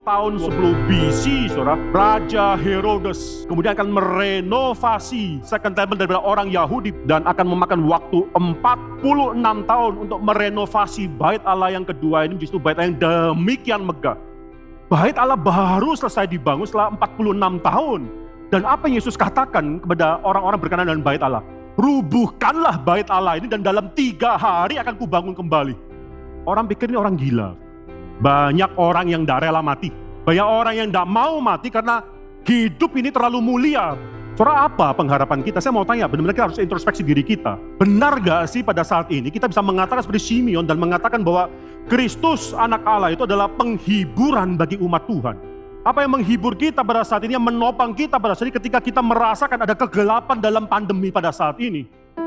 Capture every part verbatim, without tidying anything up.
Tahun sebelum B C, saudara, Raja Herodes kemudian akan merenovasi Second Temple daripada orang Yahudi dan akan memakan waktu empat puluh enam tahun untuk merenovasi bait Allah yang kedua ini, justru bait Allah yang demikian megah. Bait Allah baru selesai dibangun setelah empat puluh enam tahun. Dan apa yang Yesus katakan kepada orang-orang berkenan dengan bait Allah? Rubuhkanlah bait Allah ini dan dalam tiga hari akan kubangun kembali. Orang pikir ini orang gila. Banyak orang yang tidak rela mati. Banyak orang yang tidak mau mati karena hidup ini terlalu mulia. Saudara, apa pengharapan kita? Saya mau tanya, benar-benar kita harus introspeksi diri kita. Benar gak sih pada saat ini kita bisa mengatakan seperti Simeon dan mengatakan bahwa Kristus anak Allah itu adalah penghiburan bagi umat Tuhan. Apa yang menghibur kita pada saat ini, yang menopang kita pada saat ini ketika kita merasakan ada kegelapan dalam pandemi pada saat ini.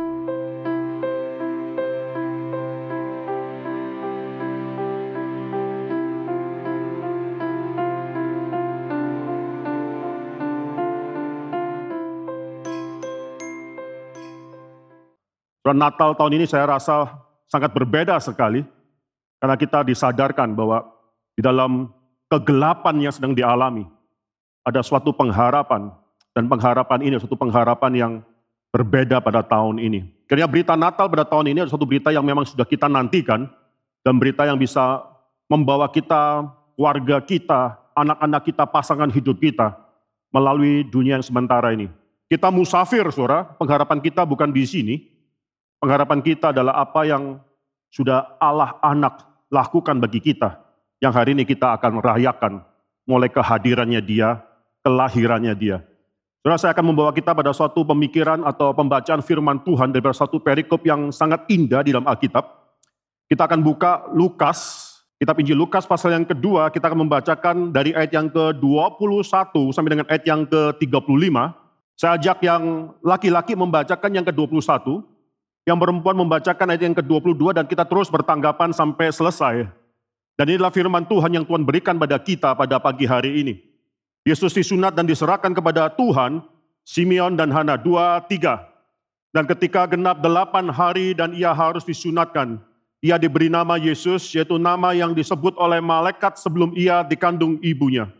Natal tahun ini saya rasa sangat berbeda sekali karena kita disadarkan bahwa di dalam kegelapan yang sedang dialami ada suatu pengharapan, dan pengharapan ini suatu pengharapan yang berbeda pada tahun ini. Karena berita Natal pada tahun ini adalah suatu berita yang memang sudah kita nantikan dan berita yang bisa membawa kita, keluarga kita, anak-anak kita, pasangan hidup kita melalui dunia yang sementara ini. Kita musafir, saudara, pengharapan kita bukan di sini. Pengharapan kita adalah apa yang sudah Allah anak lakukan bagi kita, yang hari ini kita akan merayakan, mulai kehadirannya Dia, kelahirannya Dia. Saudara, saya akan membawa kita pada suatu pemikiran atau pembacaan firman Tuhan dari satu perikop yang sangat indah di dalam Alkitab. Kita akan buka Lukas, kitab Injil Lukas pasal yang kedua, kita akan membacakan dari ayat yang ke dua puluh satu sampai dengan ayat yang ke tiga puluh lima. Saya ajak yang laki-laki membacakan yang ke dua puluh satu, yang perempuan membacakan ayat yang ke dua puluh dua, dan kita terus bertanggapan sampai selesai. Dan inilah firman Tuhan yang Tuhan berikan pada kita pada pagi hari ini. Yesus disunat dan diserahkan kepada Tuhan, Simeon dan Hana, dua, tiga. Dan ketika genap delapan hari dan ia harus disunatkan, ia diberi nama Yesus, yaitu nama yang disebut oleh malaikat sebelum ia dikandung ibunya.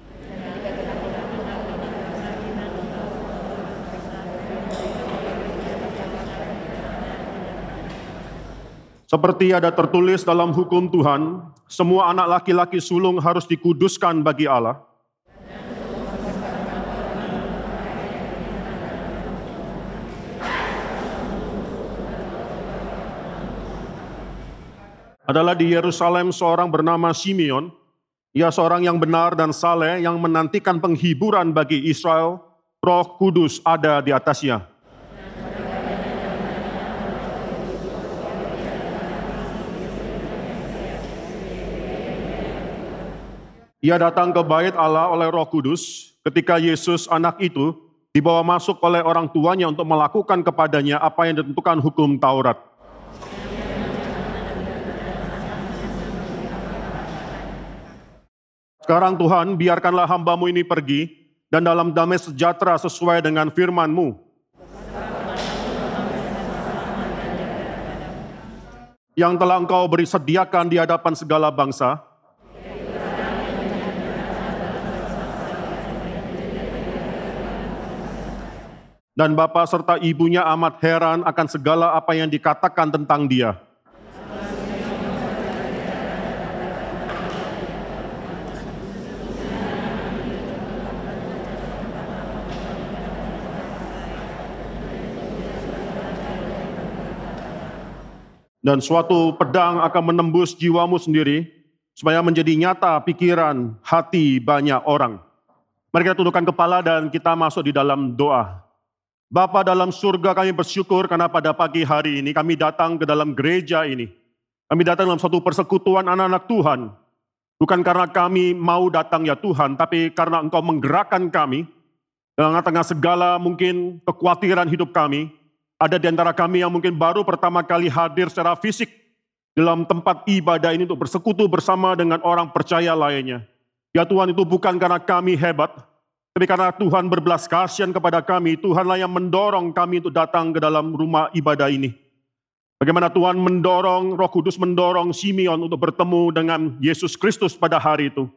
Seperti ada tertulis dalam hukum Tuhan, semua anak laki-laki sulung harus dikuduskan bagi Allah. Adalah di Yerusalem seorang bernama Simeon. Ia seorang yang benar dan saleh yang menantikan penghiburan bagi Israel. Roh Kudus ada di atasnya. Ia datang ke bait Allah oleh Roh Kudus ketika Yesus anak itu dibawa masuk oleh orang tuanya untuk melakukan kepadanya apa yang ditentukan hukum Taurat. Sekarang Tuhan, biarkanlah hamba-Mu ini pergi dan dalam damai sejahtera sesuai dengan firman-Mu. Yang telah Engkau beri sediakan di hadapan segala bangsa. Dan bapa serta ibunya amat heran akan segala apa yang dikatakan tentang dia. Dan suatu pedang akan menembus jiwamu sendiri, supaya menjadi nyata pikiran, hati banyak orang. Mari kita tundukkan kepala dan kita masuk di dalam doa. Bapa dalam surga, kami bersyukur karena pada pagi hari ini kami datang ke dalam gereja ini. Kami datang dalam satu persekutuan anak-anak Tuhan. Bukan karena kami mau datang ya Tuhan, tapi karena Engkau menggerakkan kami. Dalam tengah segala mungkin kekhawatiran hidup kami, ada di antara kami yang mungkin baru pertama kali hadir secara fisik dalam tempat ibadah ini untuk bersekutu bersama dengan orang percaya lainnya. Ya Tuhan, itu bukan karena kami hebat, tapi karena Tuhan berbelas kasihan kepada kami, Tuhanlah yang mendorong kami untuk datang ke dalam rumah ibadah ini. Bagaimana Tuhan mendorong, Roh Kudus mendorong Simeon untuk bertemu dengan Yesus Kristus pada hari itu.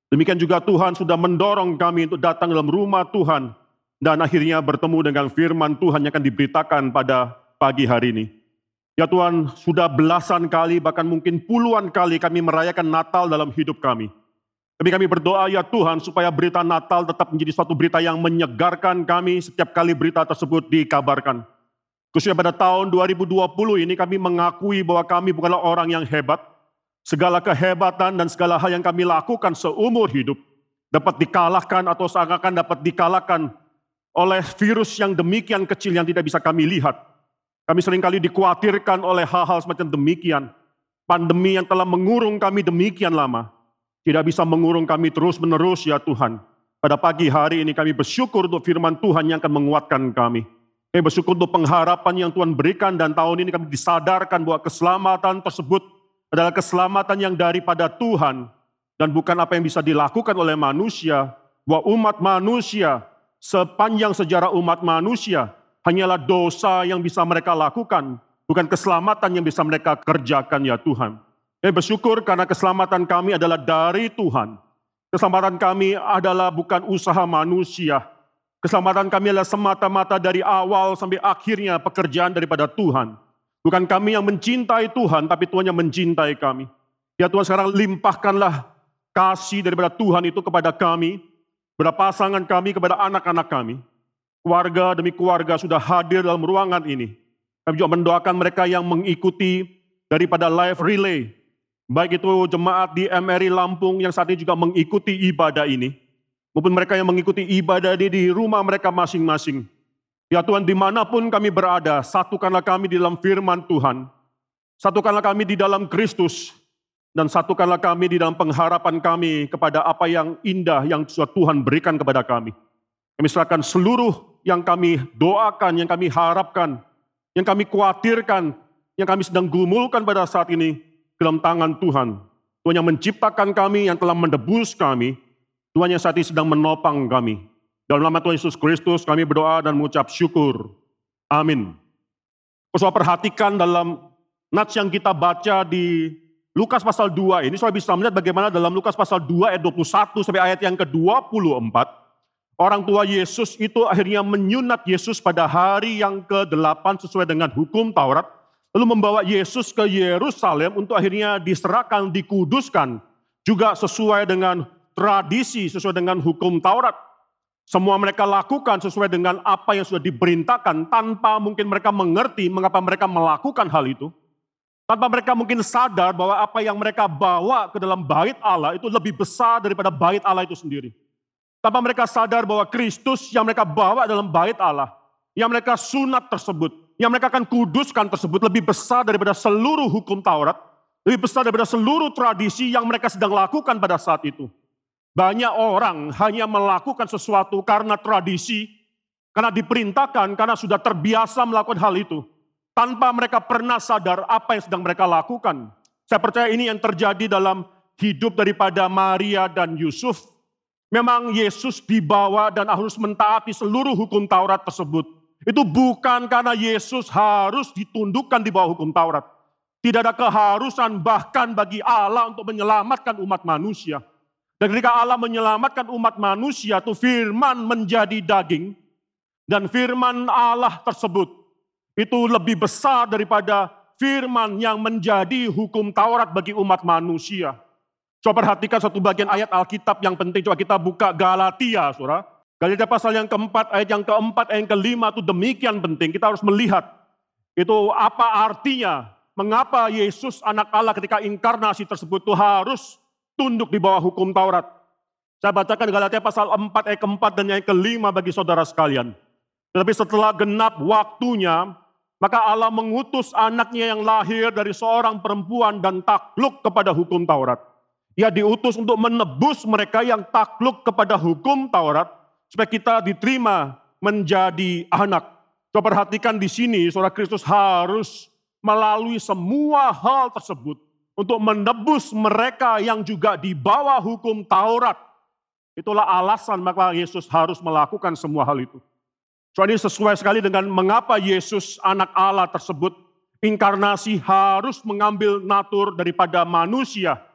Demikian juga Tuhan sudah mendorong kami untuk datang dalam rumah Tuhan dan akhirnya bertemu dengan firman Tuhan yang akan diberitakan pada pagi hari ini. Ya Tuhan, sudah belasan kali bahkan mungkin puluhan kali kami merayakan Natal dalam hidup kami. Tapi kami berdoa ya Tuhan supaya berita Natal tetap menjadi suatu berita yang menyegarkan kami setiap kali berita tersebut dikabarkan. Khususnya pada tahun dua ribu dua puluh ini kami mengakui bahwa kami bukanlah orang yang hebat. Segala kehebatan dan segala hal yang kami lakukan seumur hidup dapat dikalahkan atau seakan-akan dapat dikalahkan oleh virus yang demikian kecil yang tidak bisa kami lihat. Kami seringkali dikhawatirkan oleh hal-hal semacam demikian. Pandemi yang telah mengurung kami demikian lama tidak bisa mengurung kami terus-menerus ya Tuhan. Pada pagi hari ini kami bersyukur untuk firman Tuhan yang akan menguatkan kami. Kami bersyukur untuk pengharapan yang Tuhan berikan dan tahun ini kami disadarkan bahwa keselamatan tersebut adalah keselamatan yang daripada Tuhan dan bukan apa yang bisa dilakukan oleh manusia. Bahwa umat manusia, sepanjang sejarah umat manusia, hanyalah dosa yang bisa mereka lakukan, bukan keselamatan yang bisa mereka kerjakan ya Tuhan. Kami bersyukur karena keselamatan kami adalah dari Tuhan. Keselamatan kami adalah bukan usaha manusia. Keselamatan kami adalah semata-mata dari awal sampai akhirnya pekerjaan daripada Tuhan. Bukan kami yang mencintai Tuhan, tapi Tuhan yang mencintai kami. Ya Tuhan, sekarang limpahkanlah kasih daripada Tuhan itu kepada kami, kepada pasangan kami, kepada anak-anak kami. Keluarga demi keluarga sudah hadir dalam ruangan ini. Kami juga mendoakan mereka yang mengikuti daripada live relay. Baik itu jemaat di M R I Lampung yang saat ini juga mengikuti ibadah ini, maupun mereka yang mengikuti ibadah ini di rumah mereka masing-masing. Ya Tuhan, dimanapun kami berada, satukanlah kami di dalam firman Tuhan, satukanlah kami di dalam Kristus, dan satukanlah kami di dalam pengharapan kami kepada apa yang indah yang sudah Tuhan berikan kepada kami. Kami serahkan seluruh yang kami doakan, yang kami harapkan, yang kami khawatirkan, yang kami sedang gumulkan pada saat ini, dalam tangan Tuhan. Tuhan yang menciptakan kami, yang telah menebus kami. Tuhan yang saat ini sedang menopang kami. Dalam nama Tuhan Yesus Kristus kami berdoa dan mengucap syukur. Amin. Saudara perhatikan dalam nats yang kita baca di Lukas pasal dua ini, saudara bisa melihat bagaimana dalam Lukas pasal dua ayat dua puluh satu sampai ayat yang ke dua puluh empat, orang tua Yesus itu akhirnya menyunat Yesus pada hari yang ke delapan sesuai dengan hukum Taurat. Lalu membawa Yesus ke Yerusalem untuk akhirnya diserahkan, dikuduskan. Juga sesuai dengan tradisi, sesuai dengan hukum Taurat. Semua mereka lakukan sesuai dengan apa yang sudah diperintahkan tanpa mungkin mereka mengerti mengapa mereka melakukan hal itu. Tanpa mereka mungkin sadar bahwa apa yang mereka bawa ke dalam bait Allah itu lebih besar daripada bait Allah itu sendiri. Tanpa mereka sadar bahwa Kristus yang mereka bawa dalam bait Allah, yang mereka sunat tersebut, yang mereka akan kuduskan tersebut lebih besar daripada seluruh hukum Taurat, lebih besar daripada seluruh tradisi yang mereka sedang lakukan pada saat itu. Banyak orang hanya melakukan sesuatu karena tradisi, karena diperintahkan, karena sudah terbiasa melakukan hal itu, tanpa mereka pernah sadar apa yang sedang mereka lakukan. Saya percaya ini yang terjadi dalam hidup daripada Maria dan Yusuf. Memang Yesus dibawa dan harus mentaati seluruh hukum Taurat tersebut. Itu bukan karena Yesus harus ditundukkan di bawah hukum Taurat. Tidak ada keharusan bahkan bagi Allah untuk menyelamatkan umat manusia. Dan ketika Allah menyelamatkan umat manusia, itu firman menjadi daging. Dan firman Allah tersebut, itu lebih besar daripada firman yang menjadi hukum Taurat bagi umat manusia. Coba perhatikan satu bagian ayat Alkitab yang penting. Coba kita buka Galatia, saudara. Galatia pasal yang keempat, ayat yang keempat, ayat yang kelima itu demikian penting. Kita harus melihat itu apa artinya, mengapa Yesus anak Allah ketika inkarnasi tersebut itu harus tunduk di bawah hukum Taurat. Saya bacakan Galatia pasal empat, ayat keempat dan yang kelima bagi saudara sekalian. Tetapi setelah genap waktunya, maka Allah mengutus anaknya yang lahir dari seorang perempuan dan takluk kepada hukum Taurat. Ia diutus untuk menebus mereka yang takluk kepada hukum Taurat, supaya kita diterima menjadi anak. Coba perhatikan di sini, saudara, Kristus harus melalui semua hal tersebut untuk menebus mereka yang juga di bawah hukum Taurat. Itulah alasan maka Yesus harus melakukan semua hal itu. So ini sesuai sekali dengan mengapa Yesus anak Allah tersebut inkarnasi harus mengambil natur daripada manusia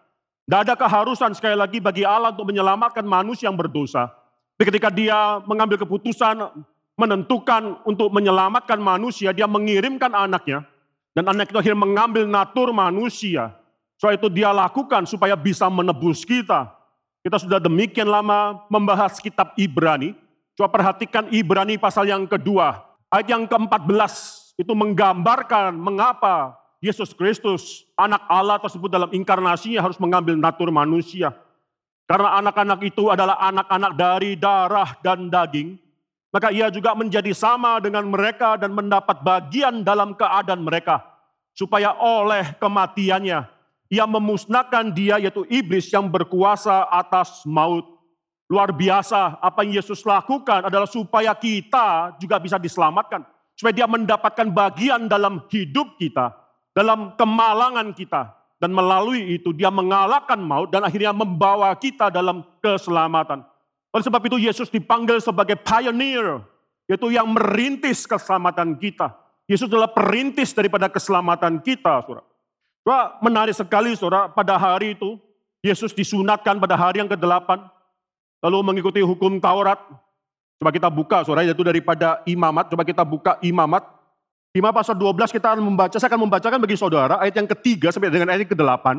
Tidak ada keharusan sekali lagi bagi Allah untuk menyelamatkan manusia yang berdosa. Tapi ketika dia mengambil keputusan, menentukan untuk menyelamatkan manusia, dia mengirimkan anaknya. Dan anak itu akhirnya mengambil natur manusia. Soal itu dia lakukan supaya bisa menebus kita. Kita sudah demikian lama membahas kitab Ibrani. Coba perhatikan Ibrani pasal yang kedua. Ayat yang keempat belas itu menggambarkan mengapa Yesus Kristus, anak Allah tersebut dalam inkarnasinya harus mengambil natur manusia. Karena anak-anak itu adalah anak-anak dari darah dan daging. Maka ia juga menjadi sama dengan mereka dan mendapat bagian dalam keadaan mereka. Supaya oleh kematiannya, ia memusnahkan dia yaitu iblis yang berkuasa atas maut. Luar biasa apa yang Yesus lakukan adalah supaya kita juga bisa diselamatkan. Supaya dia mendapatkan bagian dalam hidup kita. Dalam kemalangan kita. Dan melalui itu dia mengalahkan maut dan akhirnya membawa kita dalam keselamatan. Oleh sebab itu Yesus dipanggil sebagai pioneer. Yaitu yang merintis keselamatan kita. Yesus adalah perintis daripada keselamatan kita. Saudara. Saudara, menarik sekali saudara, pada hari itu Yesus disunatkan pada hari yang kedelapan. Lalu mengikuti hukum Taurat. Coba kita buka saudara, yaitu daripada imamat. Coba kita buka imamat. Imamat pasal dua belas kita akan membaca, saya akan membacakan bagi saudara ayat yang ketiga sampai dengan ayat yang kedelapan.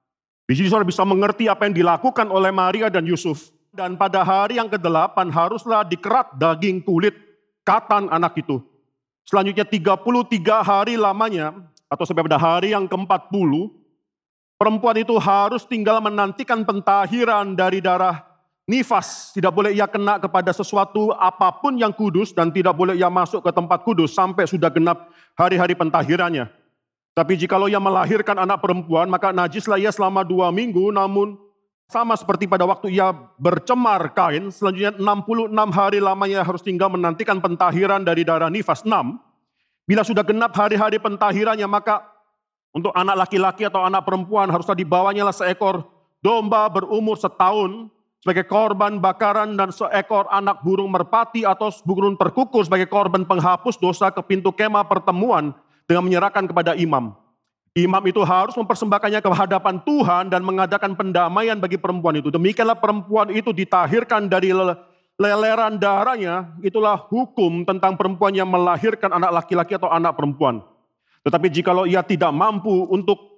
Di sini saudara bisa mengerti apa yang dilakukan oleh Maria dan Yusuf. Dan pada hari yang kedelapan haruslah dikerat daging kulit katan anak itu. Selanjutnya tiga puluh tiga hari lamanya, atau sampai pada hari yang keempat puluh, perempuan itu harus tinggal menantikan pentahiran dari darah nifas. Tidak boleh ia kena kepada sesuatu apapun yang kudus dan tidak boleh ia masuk ke tempat kudus sampai sudah genap hari-hari pentahirannya. Tapi jikalau ia melahirkan anak perempuan, maka najislah ia selama dua minggu, namun sama seperti pada waktu ia bercemar kain, selanjutnya enam puluh enam hari lamanya harus tinggal menantikan pentahiran dari darah nifas. enam. Bila sudah genap hari-hari pentahirannya, maka untuk anak laki-laki atau anak perempuan haruslah dibawanya lah seekor domba berumur setahun, sebagai korban bakaran dan seekor anak burung merpati atau burung terkukur sebagai korban penghapus dosa ke pintu kemah pertemuan dengan menyerahkan kepada imam. Imam itu harus mempersembahkannya ke hadapan Tuhan dan mengadakan pendamaian bagi perempuan itu. Demikianlah perempuan itu ditahirkan dari leleran darahnya. Itulah hukum tentang perempuan yang melahirkan anak laki-laki atau anak perempuan. Tetapi jikalau ia tidak mampu untuk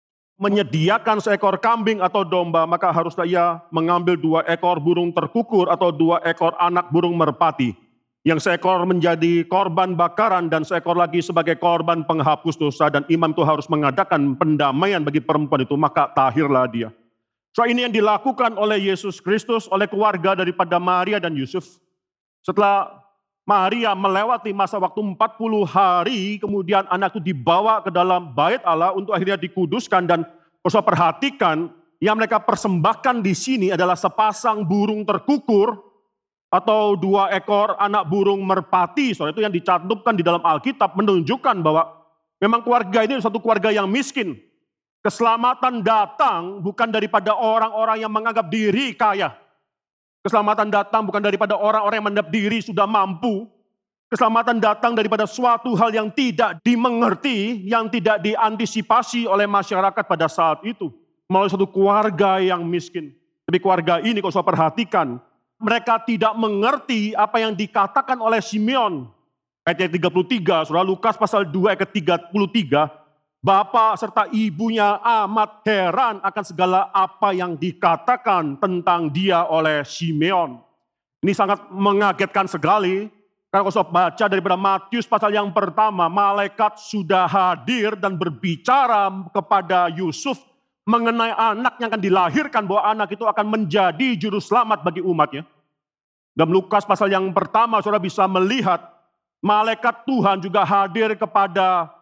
menyediakan seekor kambing atau domba, maka haruslah ia mengambil dua ekor burung terkukur atau dua ekor anak burung merpati. Yang seekor menjadi korban bakaran dan seekor lagi sebagai korban penghapus dosa. Dan imam itu harus mengadakan pendamaian bagi perempuan itu, maka tahirlah dia. So ini yang dilakukan oleh Yesus Kristus, oleh keluarga daripada Maria dan Yusuf. Setelah Maria melewati masa waktu empat puluh hari, kemudian anak itu dibawa ke dalam bait Allah untuk akhirnya dikuduskan. Dan saudara perhatikan, yang mereka persembahkan di sini adalah sepasang burung terkukur atau dua ekor anak burung merpati. Saudara, itu yang dicantumkan di dalam Alkitab menunjukkan bahwa memang keluarga ini satu keluarga yang miskin. Keselamatan datang bukan daripada orang-orang yang menganggap diri kaya. Keselamatan datang bukan daripada orang-orang yang menganggap diri sudah mampu. Keselamatan datang daripada suatu hal yang tidak dimengerti, yang tidak diantisipasi oleh masyarakat pada saat itu. Melalui satu keluarga yang miskin. Tapi keluarga ini kalau saya perhatikan, mereka tidak mengerti apa yang dikatakan oleh Simeon. Ayat tiga puluh tiga, surah Lukas pasal dua ayat tiga puluh tiga. Bapak serta ibunya amat heran akan segala apa yang dikatakan tentang dia oleh Simeon. Ini sangat mengagetkan sekali. Karena kalau saya baca daripada Matius pasal yang pertama, malaikat sudah hadir dan berbicara kepada Yusuf mengenai anak yang akan dilahirkan, bahwa anak itu akan menjadi juru selamat bagi umatnya. Dalam Lukas pasal yang pertama, saudara bisa melihat malaikat Tuhan juga hadir kepada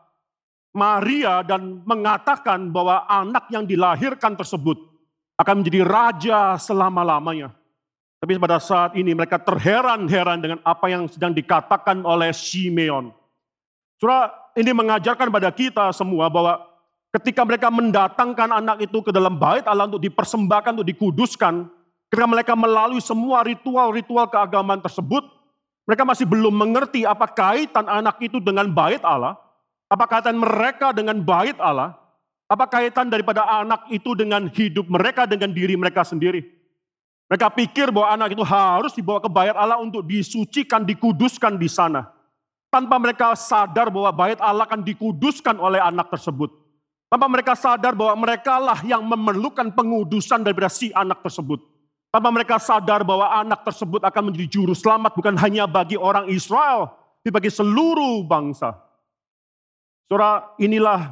Maria dan mengatakan bahwa anak yang dilahirkan tersebut akan menjadi raja selama-lamanya. Tapi pada saat ini mereka terheran-heran dengan apa yang sedang dikatakan oleh Simeon. Saudara, ini mengajarkan pada kita semua bahwa ketika mereka mendatangkan anak itu ke dalam bait Allah untuk dipersembahkan, untuk dikuduskan, ketika mereka melalui semua ritual-ritual keagamaan tersebut, mereka masih belum mengerti apa kaitan anak itu dengan bait Allah. Apa kaitan mereka dengan bait Allah? Apa kaitan daripada anak itu dengan hidup mereka, dengan diri mereka sendiri? Mereka pikir bahwa anak itu harus dibawa ke bait Allah untuk disucikan, dikuduskan di sana. Tanpa mereka sadar bahwa bait Allah akan dikuduskan oleh anak tersebut. Tanpa mereka sadar bahwa mereka lah yang memerlukan pengudusan daripada si anak tersebut. Tanpa mereka sadar bahwa anak tersebut akan menjadi juru selamat bukan hanya bagi orang Israel, tapi bagi seluruh bangsa. Saudara, inilah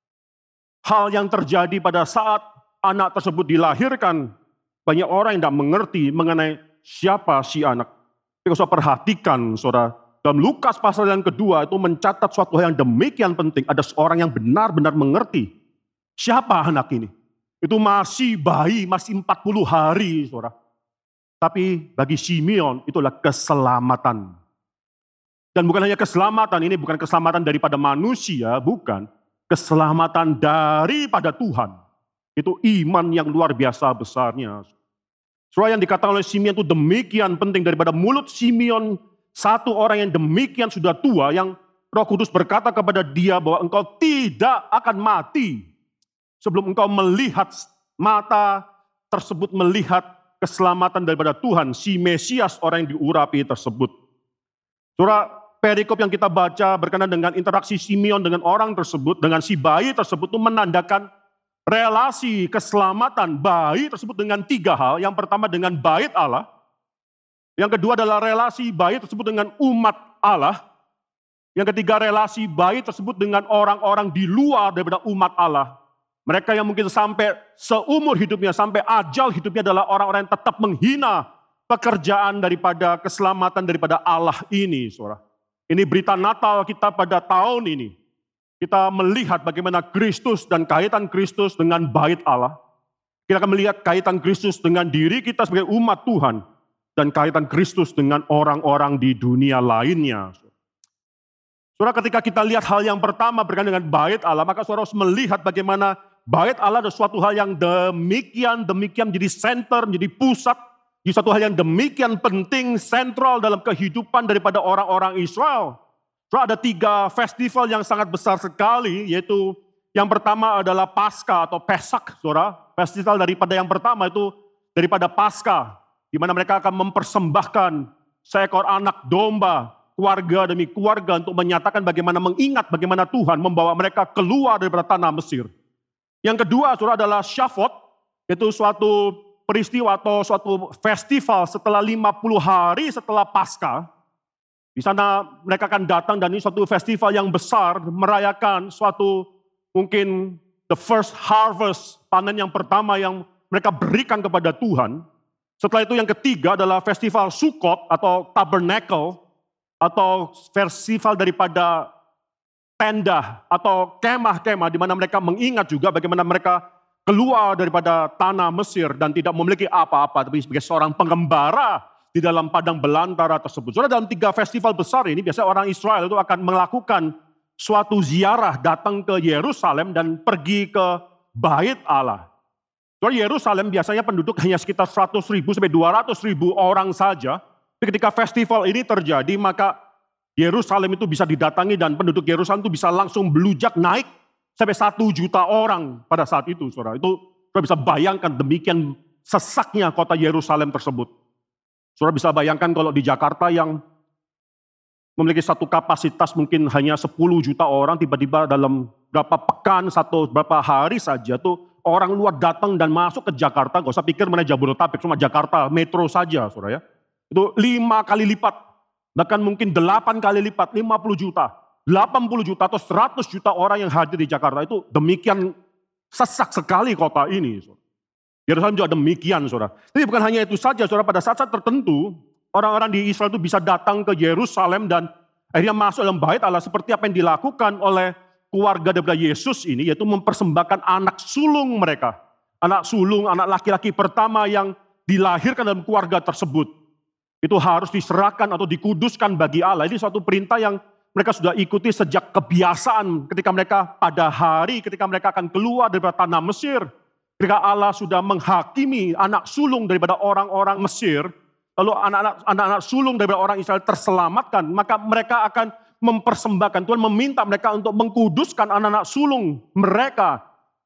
hal yang terjadi pada saat anak tersebut dilahirkan. Banyak orang yang tidak mengerti mengenai siapa si anak. Tapi kalau perhatikan, saudara, dalam Lukas pasal yang kedua itu mencatat suatu hal yang demikian penting. Ada seorang yang benar-benar mengerti siapa anak ini. Itu masih bayi, masih empat puluh hari, saudara. Tapi bagi Simeon itulah keselamatan. Dan bukan hanya keselamatan, ini bukan keselamatan daripada manusia, bukan. Keselamatan daripada Tuhan. Itu iman yang luar biasa besarnya. Surah yang dikatakan oleh Simeon itu demikian penting daripada mulut Simeon, satu orang yang demikian sudah tua, yang Roh Kudus berkata kepada dia bahwa engkau tidak akan mati sebelum engkau melihat mata tersebut melihat keselamatan daripada Tuhan, si Mesias orang yang diurapi tersebut. Surah perikop yang kita baca berkenaan dengan interaksi Simeon dengan orang tersebut, dengan si bayi tersebut itu menandakan relasi keselamatan bayi tersebut dengan tiga hal. Yang pertama dengan bait Allah. Yang kedua adalah relasi bayi tersebut dengan umat Allah. Yang ketiga relasi bayi tersebut dengan orang-orang di luar daripada umat Allah. Mereka yang mungkin sampai seumur hidupnya, sampai ajal hidupnya adalah orang-orang yang tetap menghina pekerjaan daripada keselamatan daripada Allah ini, saudara. Ini berita Natal kita pada tahun ini. Kita melihat bagaimana Kristus dan kaitan Kristus dengan bait Allah. Kita akan melihat kaitan Kristus dengan diri kita sebagai umat Tuhan. Dan kaitan Kristus dengan orang-orang di dunia lainnya. Saudara, ketika kita lihat hal yang pertama berkaitan dengan bait Allah, maka saudara harus melihat bagaimana bait Allah adalah suatu hal yang demikian, demikian menjadi center, menjadi pusat. Di suatu hal yang demikian penting, sentral dalam kehidupan daripada orang-orang Israel. Saudara, ada tiga festival yang sangat besar sekali, yaitu yang pertama adalah Paskah atau Pesak, saudara. Festival daripada yang pertama itu daripada Paskah, di mana mereka akan mempersembahkan seekor anak domba, keluarga demi keluarga untuk menyatakan bagaimana mengingat bagaimana Tuhan membawa mereka keluar daripada tanah Mesir. Yang kedua, saudara, adalah Syafot, yaitu suatu peristiwa atau suatu festival setelah lima puluh hari setelah Paskah. Di sana mereka akan datang dan ini suatu festival yang besar, merayakan suatu mungkin the first harvest, panen yang pertama yang mereka berikan kepada Tuhan. Setelah itu yang ketiga adalah festival Sukkot atau Tabernacle, atau festival daripada tenda atau kemah-kemah di mana mereka mengingat juga bagaimana mereka keluar daripada tanah Mesir dan tidak memiliki apa-apa, tapi sebagai seorang pengembara di dalam padang belantara tersebut. Saudara, dalam tiga festival besar ini biasanya orang Israel itu akan melakukan suatu ziarah, datang ke Yerusalem dan pergi ke bait Allah. Saudara, Yerusalem biasanya penduduk hanya sekitar seratus ribu sampai dua ratus ribu orang saja. Tapi ketika festival ini terjadi, maka Yerusalem itu bisa didatangi dan penduduk Yerusalem itu bisa langsung beludak naik sampai satu juta orang pada saat itu, saudara. Itu saudara bisa bayangkan demikian sesaknya kota Yerusalem tersebut. Saudara bisa bayangkan kalau di Jakarta yang memiliki satu kapasitas mungkin hanya sepuluh juta orang, tiba-tiba dalam berapa pekan, satu berapa hari saja tuh orang luar datang dan masuk ke Jakarta. Gak usah pikir mengenai Jabodetabek, cuma Jakarta, metro saja, saudara ya. Itu lima kali lipat, bahkan mungkin delapan kali lipat, lima puluh juta, delapan puluh juta atau seratus juta orang yang hadir di Jakarta. Itu demikian sesak sekali kota ini, saudara. Yerusalem juga demikian, saudara. Tapi bukan hanya itu saja, saudara. Pada saat-saat tertentu, orang-orang di Israel itu bisa datang ke Yerusalem dan akhirnya masuk dalam bait Allah seperti apa yang dilakukan oleh keluarga daripada Yesus ini, yaitu mempersembahkan anak sulung mereka. Anak sulung, anak laki-laki pertama yang dilahirkan dalam keluarga tersebut. Itu harus diserahkan atau dikuduskan bagi Allah. Ini suatu perintah yang mereka sudah ikuti sejak kebiasaan ketika mereka pada hari ketika mereka akan keluar daripada tanah Mesir. Ketika Allah sudah menghakimi anak sulung daripada orang-orang Mesir, lalu anak-anak anak-anak sulung daripada orang Israel terselamatkan, maka mereka akan mempersembahkan, Tuhan meminta mereka untuk mengkuduskan anak-anak sulung mereka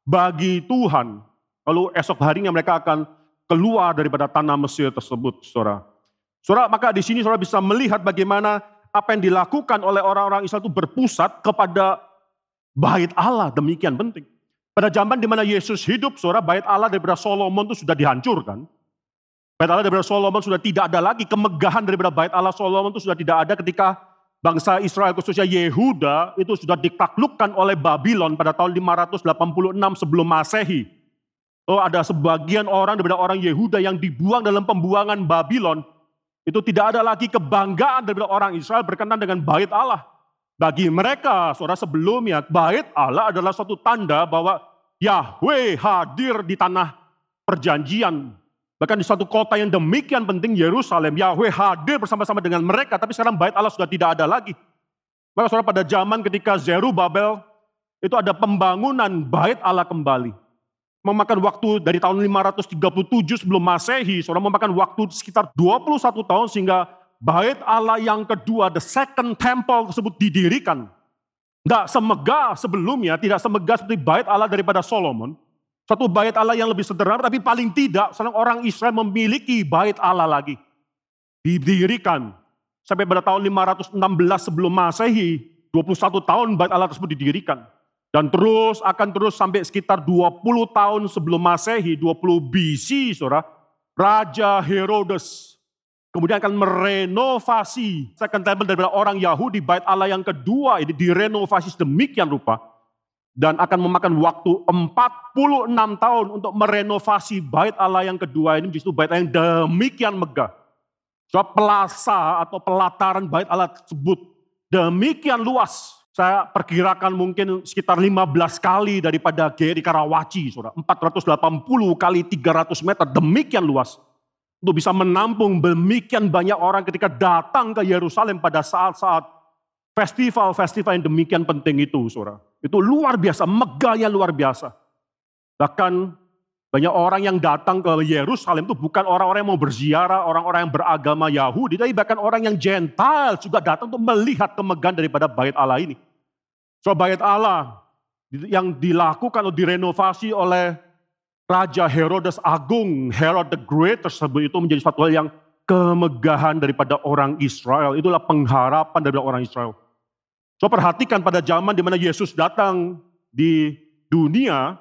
bagi Tuhan. Lalu esok harinya mereka akan keluar daripada tanah Mesir tersebut, saudara. Saudara, maka di sini saudara bisa melihat bagaimana apa yang dilakukan oleh orang-orang Israel itu berpusat kepada bait Allah, demikian penting. Pada zaman di mana Yesus hidup, saudara, bait Allah daripada Solomon itu sudah dihancurkan. Bait Allah daripada Solomon sudah tidak ada lagi, kemegahan daripada bait Allah Solomon itu sudah tidak ada ketika bangsa Israel khususnya Yehuda itu sudah ditaklukkan oleh Babylon pada tahun lima ratus delapan puluh enam sebelum Masehi. Oh, ada sebagian orang daripada orang Yehuda yang dibuang dalam pembuangan Babylon. Itu tidak ada lagi kebanggaan daripada orang Israel berkenan dengan bait Allah. Bagi mereka, saudara, sebelumnya bait Allah adalah suatu tanda bahwa Yahweh hadir di tanah perjanjian. Bahkan di suatu kota yang demikian penting, Yerusalem, Yahweh hadir bersama-sama dengan mereka. Tapi sekarang bait Allah sudah tidak ada lagi. Maka saudara, pada zaman ketika Zerubabel, itu ada pembangunan bait Allah kembali. Memakan waktu dari tahun lima ratus tiga puluh tujuh sebelum Masehi, saudara, memakan waktu sekitar dua puluh satu tahun sehingga bait Allah yang kedua, the second temple tersebut didirikan. Tidak semegah sebelumnya, tidak semegah seperti bait Allah daripada Solomon. Satu bait Allah yang lebih sederhana, tapi paling tidak seorang orang Israel memiliki bait Allah lagi. Didirikan. Sampai pada tahun lima ratus enam belas sebelum Masehi, dua puluh satu tahun bait Allah tersebut didirikan. Dan terus akan terus sampai sekitar dua puluh tahun sebelum Masehi, dua puluh B C, saudara, Raja Herodes kemudian akan merenovasi second temple daripada orang Yahudi, bait Allah yang kedua ini direnovasi sedemikian rupa. Dan akan memakan waktu empat puluh enam tahun untuk merenovasi bait Allah yang kedua ini, justru bait Allah yang demikian megah. So, pelasa atau pelataran bait Allah tersebut demikian luas. Saya perkirakan mungkin sekitar lima belas kali daripada G R I Karawaci, saudara. empat ratus delapan puluh kali tiga ratus meter, demikian luas. Untuk bisa menampung demikian banyak orang ketika datang ke Yerusalem pada saat-saat festival-festival yang demikian penting itu, saudara. Itu luar biasa, megahnya luar biasa. Bahkan banyak orang yang datang ke Yerusalem itu bukan orang-orang yang mau berziarah, orang-orang yang beragama Yahudi, tapi bahkan orang yang Gentile juga datang untuk melihat kemegahan daripada bait Allah ini. So, bait Allah yang dilakukan atau direnovasi oleh Raja Herodes Agung, Herod the Great tersebut, itu menjadi suatu hal yang kemegahan daripada orang Israel. Itulah pengharapan daripada orang Israel. So, perhatikan pada zaman di mana Yesus datang di dunia,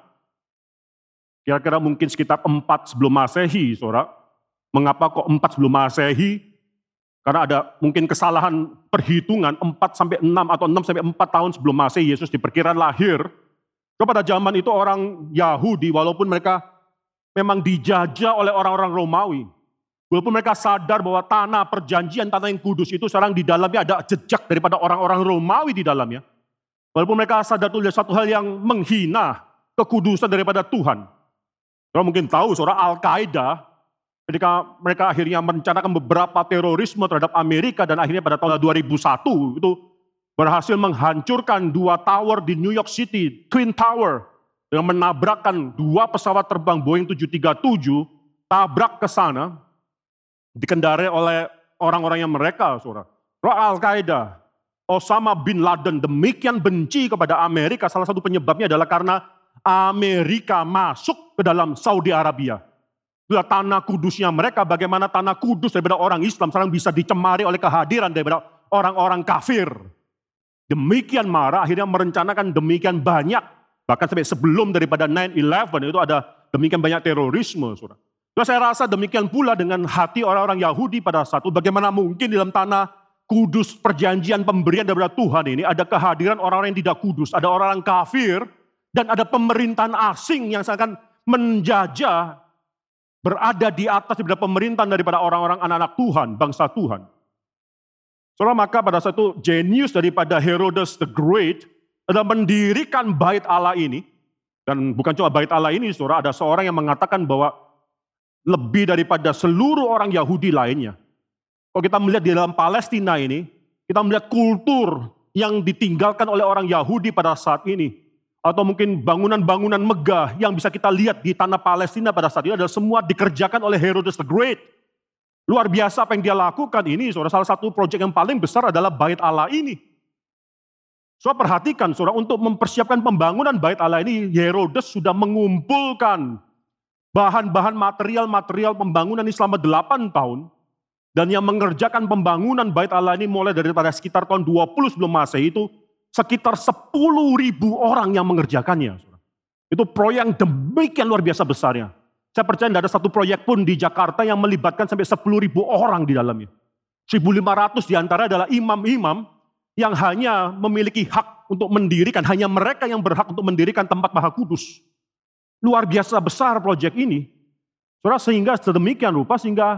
kira-kira mungkin sekitar empat sebelum Masehi, saudara. Mengapa kok empat sebelum Masehi? Karena ada mungkin kesalahan perhitungan empat sampai enam atau enam sampai empat tahun sebelum Masehi Yesus diperkirakan lahir. So, pada zaman itu orang Yahudi, walaupun mereka memang dijajah oleh orang-orang Romawi, walaupun mereka sadar bahwa tanah perjanjian, tanah yang kudus itu sekarang di dalamnya ada jejak daripada orang-orang Romawi di dalamnya. Walaupun mereka sadar itu adalah satu hal yang menghina kekudusan daripada Tuhan. Saudara mungkin tahu, saudara, Al-Qaeda ketika mereka akhirnya merencanakan beberapa terorisme terhadap Amerika dan akhirnya pada tahun dua ribu satu itu berhasil menghancurkan dua tower di New York City, Twin Tower, dengan menabrakkan dua pesawat terbang Boeing tujuh tiga tujuh, tabrak ke sana, dikendarai oleh orang-orang yang mereka, saudara. Al-Qaeda, Osama bin Laden demikian benci kepada Amerika, salah satu penyebabnya adalah karena Amerika masuk ke dalam Saudi Arabia. Itulah tanah kudusnya mereka, bagaimana tanah kudus daripada orang Islam sekarang bisa dicemari oleh kehadiran daripada orang-orang kafir. Demikian marah, akhirnya merencanakan demikian banyak, bahkan sampai sebelum daripada nine eleven itu ada demikian banyak terorisme, saudara. Nah, saya rasa demikian pula dengan hati orang-orang Yahudi pada saat itu, bagaimana mungkin di dalam tanah kudus perjanjian pemberian daripada Tuhan ini ada kehadiran orang-orang yang tidak kudus, ada orang-orang kafir, dan ada pemerintahan asing yang akan menjajah, berada di atas daripada pemerintahan daripada orang-orang anak-anak Tuhan, bangsa Tuhan. Saudara, maka pada saat itu jenius daripada Herodes the Great adalah mendirikan bait Allah ini. Dan bukan cuma bait Allah ini, saudara, ada seorang yang mengatakan bahwa lebih daripada seluruh orang Yahudi lainnya. Kalau kita melihat di dalam Palestina ini, kita melihat kultur yang ditinggalkan oleh orang Yahudi pada saat ini. Atau mungkin bangunan-bangunan megah yang bisa kita lihat di tanah Palestina pada saat ini adalah semua dikerjakan oleh Herodes the Great. Luar biasa apa yang dia lakukan ini, saudara. Salah satu proyek yang paling besar adalah bait Allah ini. Saudara perhatikan, saudara, untuk mempersiapkan pembangunan bait Allah ini, Herodes sudah mengumpulkan bahan-bahan material-material pembangunan ini selama delapan tahun. Dan yang mengerjakan pembangunan bait Allah ini mulai daripada sekitar tahun dua puluh sebelum Masehi itu sekitar sepuluh ribu orang yang mengerjakannya. Saudara. Itu proyek yang demikian luar biasa besarnya. Saya percaya tidak ada satu proyek pun di Jakarta yang melibatkan sampai sepuluh ribu orang di dalamnya. seribu lima ratus diantara adalah imam-imam yang hanya memiliki hak untuk mendirikan, hanya mereka yang berhak untuk mendirikan tempat Maha Kudus. Luar biasa besar proyek ini. Saudara, sehingga sedemikian rupa sehingga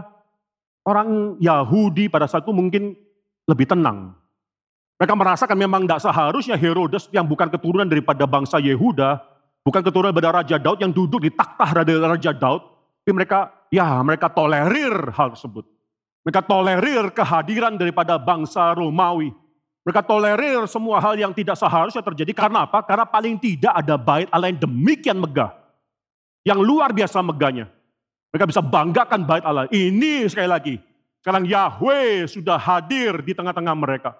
orang Yahudi pada saat itu mungkin lebih tenang. Mereka merasakan memang tidak seharusnya Herodes yang bukan keturunan daripada bangsa Yehuda, bukan keturunan daripada Raja Daud yang duduk di takhta Raja Daud, tapi mereka, ya mereka tolerir hal tersebut. Mereka tolerir kehadiran daripada bangsa Romawi. Mereka tolerir semua hal yang tidak seharusnya terjadi. Karena apa? Karena paling tidak ada bait Allah yang demikian megah. Yang luar biasa megahnya. Mereka bisa banggakan bait Allah. Ini sekali lagi. Sekarang Yahweh sudah hadir di tengah-tengah mereka.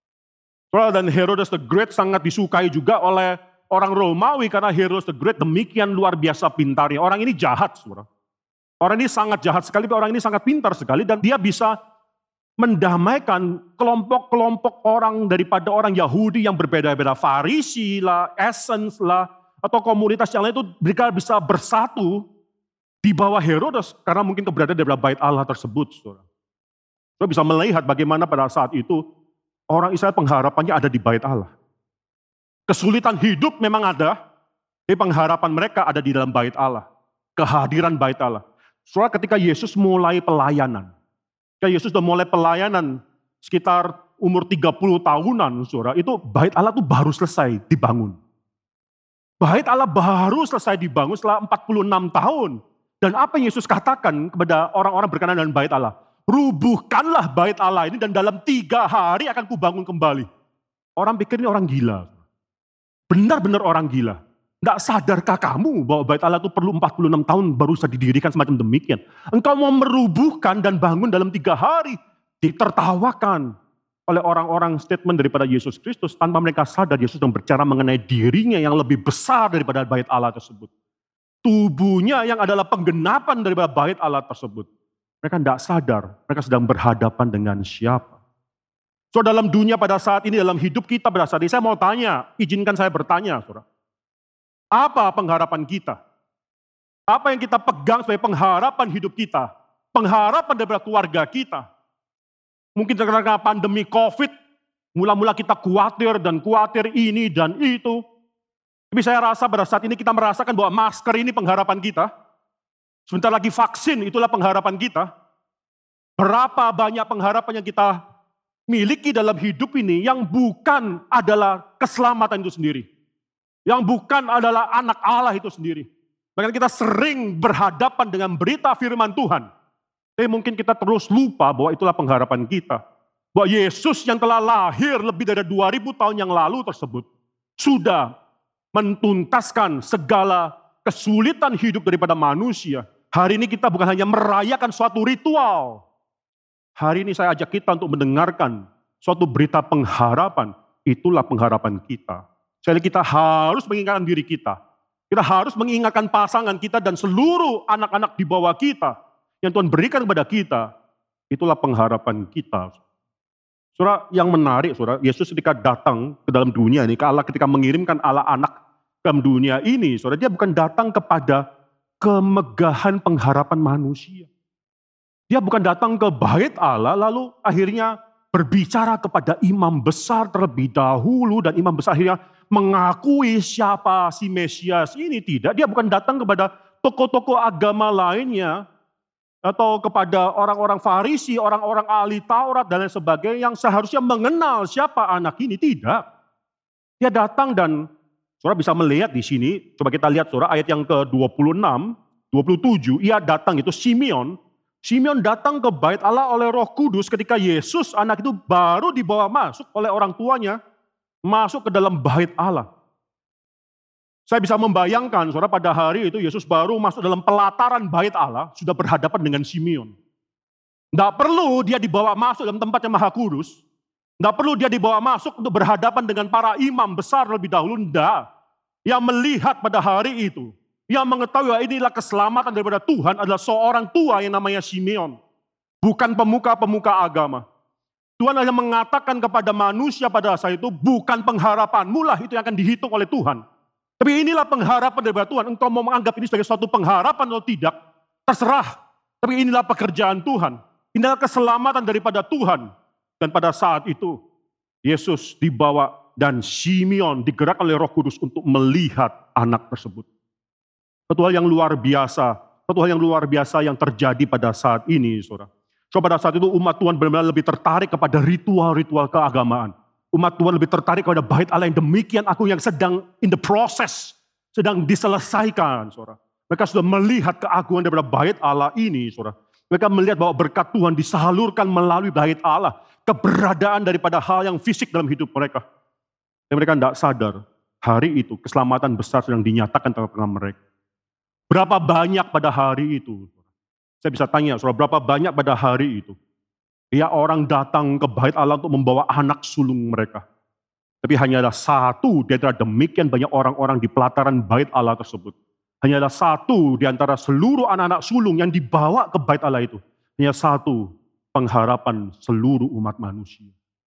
Dan Herodes the Great sangat disukai juga oleh orang Romawi. Karena Herodes the Great demikian luar biasa pintarnya. Orang ini jahat, saudara. Orang ini sangat jahat sekali, orang ini sangat pintar sekali. Dan dia bisa mendamaikan kelompok-kelompok orang daripada orang Yahudi yang berbeda-beda. Farisi lah, Essence lah, atau komunitas yang lain itu mereka bisa bersatu di bawah Herodes. Karena mungkin keberadaan daripada bait Allah tersebut. Saudara. Saudara bisa melihat bagaimana pada saat itu orang Israel pengharapannya ada di bait Allah. Kesulitan hidup memang ada, tapi pengharapan mereka ada di dalam bait Allah. Kehadiran bait Allah. Saudara, ketika Yesus mulai pelayanan, Yesus sudah mulai pelayanan sekitar umur tiga puluh tahunan, saudara, itu bait Allah itu baru selesai dibangun. Bait Allah baru selesai dibangun setelah empat puluh enam tahun. Dan apa yang Yesus katakan kepada orang-orang berkenan dengan bait Allah? Rubuhkanlah bait Allah ini dan dalam tiga hari akan kubangun kembali. Orang pikir ini orang gila. Benar-benar orang gila. Tidak sadarkah kamu bahwa bait Allah itu perlu empat puluh enam tahun baru bisa didirikan semacam demikian. Engkau mau merubuhkan dan bangun dalam tiga hari. Ditertawakan oleh orang-orang statement daripada Yesus Kristus. Tanpa mereka sadar Yesus sedang berbicara mengenai dirinya yang lebih besar daripada bait Allah tersebut. Tubuhnya yang adalah penggenapan daripada bait Allah tersebut. Mereka tidak sadar mereka sedang berhadapan dengan siapa. So dalam dunia pada saat ini, dalam hidup kita pada saat ini, saya mau tanya, izinkan saya bertanya, saudara. Apa pengharapan kita? Apa yang kita pegang sebagai pengharapan hidup kita? Pengharapan daripada keluarga kita? Mungkin karena pandemi COVID, mula-mula kita khawatir dan khawatir ini dan itu. Tapi saya rasa pada saat ini kita merasakan bahwa masker ini pengharapan kita. Sebentar lagi vaksin, itulah pengharapan kita. Berapa banyak pengharapan yang kita miliki dalam hidup ini yang bukan adalah keselamatan itu sendiri. Yang bukan adalah anak Allah itu sendiri. Bahkan kita sering berhadapan dengan berita firman Tuhan. Tapi mungkin kita terus lupa bahwa itulah pengharapan kita. Bahwa Yesus yang telah lahir lebih dari dua ribu tahun yang lalu tersebut. Sudah mentuntaskan segala kesulitan hidup daripada manusia. Hari ini kita bukan hanya merayakan suatu ritual. Hari ini saya ajak kita untuk mendengarkan suatu berita pengharapan. Itulah pengharapan kita. Jadi kita harus mengingatkan diri kita. Kita harus mengingatkan pasangan kita dan seluruh anak-anak di bawah kita. Yang Tuhan berikan kepada kita. Itulah pengharapan kita. Saudara, yang menarik, saudara, Yesus ketika datang ke dalam dunia ini, Allah ketika mengirimkan Allah anak ke dalam dunia ini, saudara, dia bukan datang kepada kemegahan pengharapan manusia. Dia bukan datang ke bait Allah, lalu akhirnya berbicara kepada imam besar terlebih dahulu, dan imam besar akhirnya mengakui siapa si Mesias ini. Tidak, dia bukan datang kepada tokoh-tokoh agama lainnya, atau kepada orang-orang Farisi, orang-orang ahli Taurat dan lain sebagainya yang seharusnya mengenal siapa anak ini. Tidak. Dia datang dan saudara bisa melihat di sini, coba kita lihat saudara ayat yang ke dua puluh enam, dua puluh tujuh, ia datang itu Simeon. Simeon datang ke bait Allah oleh Roh Kudus ketika Yesus anak itu baru dibawa masuk oleh orang tuanya, masuk ke dalam bait Allah. Saya bisa membayangkan, saudara, pada hari itu Yesus baru masuk dalam pelataran bait Allah, sudah berhadapan dengan Simeon. Tidak perlu dia dibawa masuk dalam tempat yang Maha Kudus. Tidak perlu dia dibawa masuk untuk berhadapan dengan para imam besar lebih dahulu. Tidak. Yang melihat pada hari itu, yang mengetahui bahwa inilah keselamatan daripada Tuhan adalah seorang tua yang namanya Simeon. Bukan pemuka-pemuka agama. Tuhan hanya mengatakan kepada manusia pada saat itu, bukan pengharapanmu lah itu yang akan dihitung oleh Tuhan. Tapi inilah pengharapan daripada Tuhan. Engkau mau menganggap ini sebagai suatu pengharapan atau tidak, terserah. Tapi inilah pekerjaan Tuhan. Inilah keselamatan daripada Tuhan. Dan pada saat itu, Yesus dibawa dan Simeon digerakkan oleh Roh Kudus untuk melihat anak tersebut. Satu hal yang luar biasa, satu hal yang luar biasa yang terjadi pada saat ini, saudara. So, pada saat itu umat Tuhan benar-benar lebih tertarik kepada ritual-ritual keagamaan. Umat Tuhan lebih tertarik kepada bait Allah yang demikian aku yang sedang in the process, sedang diselesaikan, saudara. Mereka sudah melihat keagungan daripada bait Allah ini, saudara. Mereka melihat bahwa berkat Tuhan disalurkan melalui bait Allah. Keberadaan daripada hal yang fisik dalam hidup mereka. Dan mereka tidak sadar, hari itu keselamatan besar sedang dinyatakan tengah-tengah mereka. Berapa banyak pada hari itu? Saya bisa tanya, saudara, berapa banyak pada hari itu? Ya orang datang ke bait Allah untuk membawa anak sulung mereka. Tapi hanya ada satu di antara demikian banyak orang-orang di pelataran bait Allah tersebut. Hanya ada satu di antara seluruh anak-anak sulung yang dibawa ke bait Allah itu. Hanya satu pengharapan seluruh umat manusia.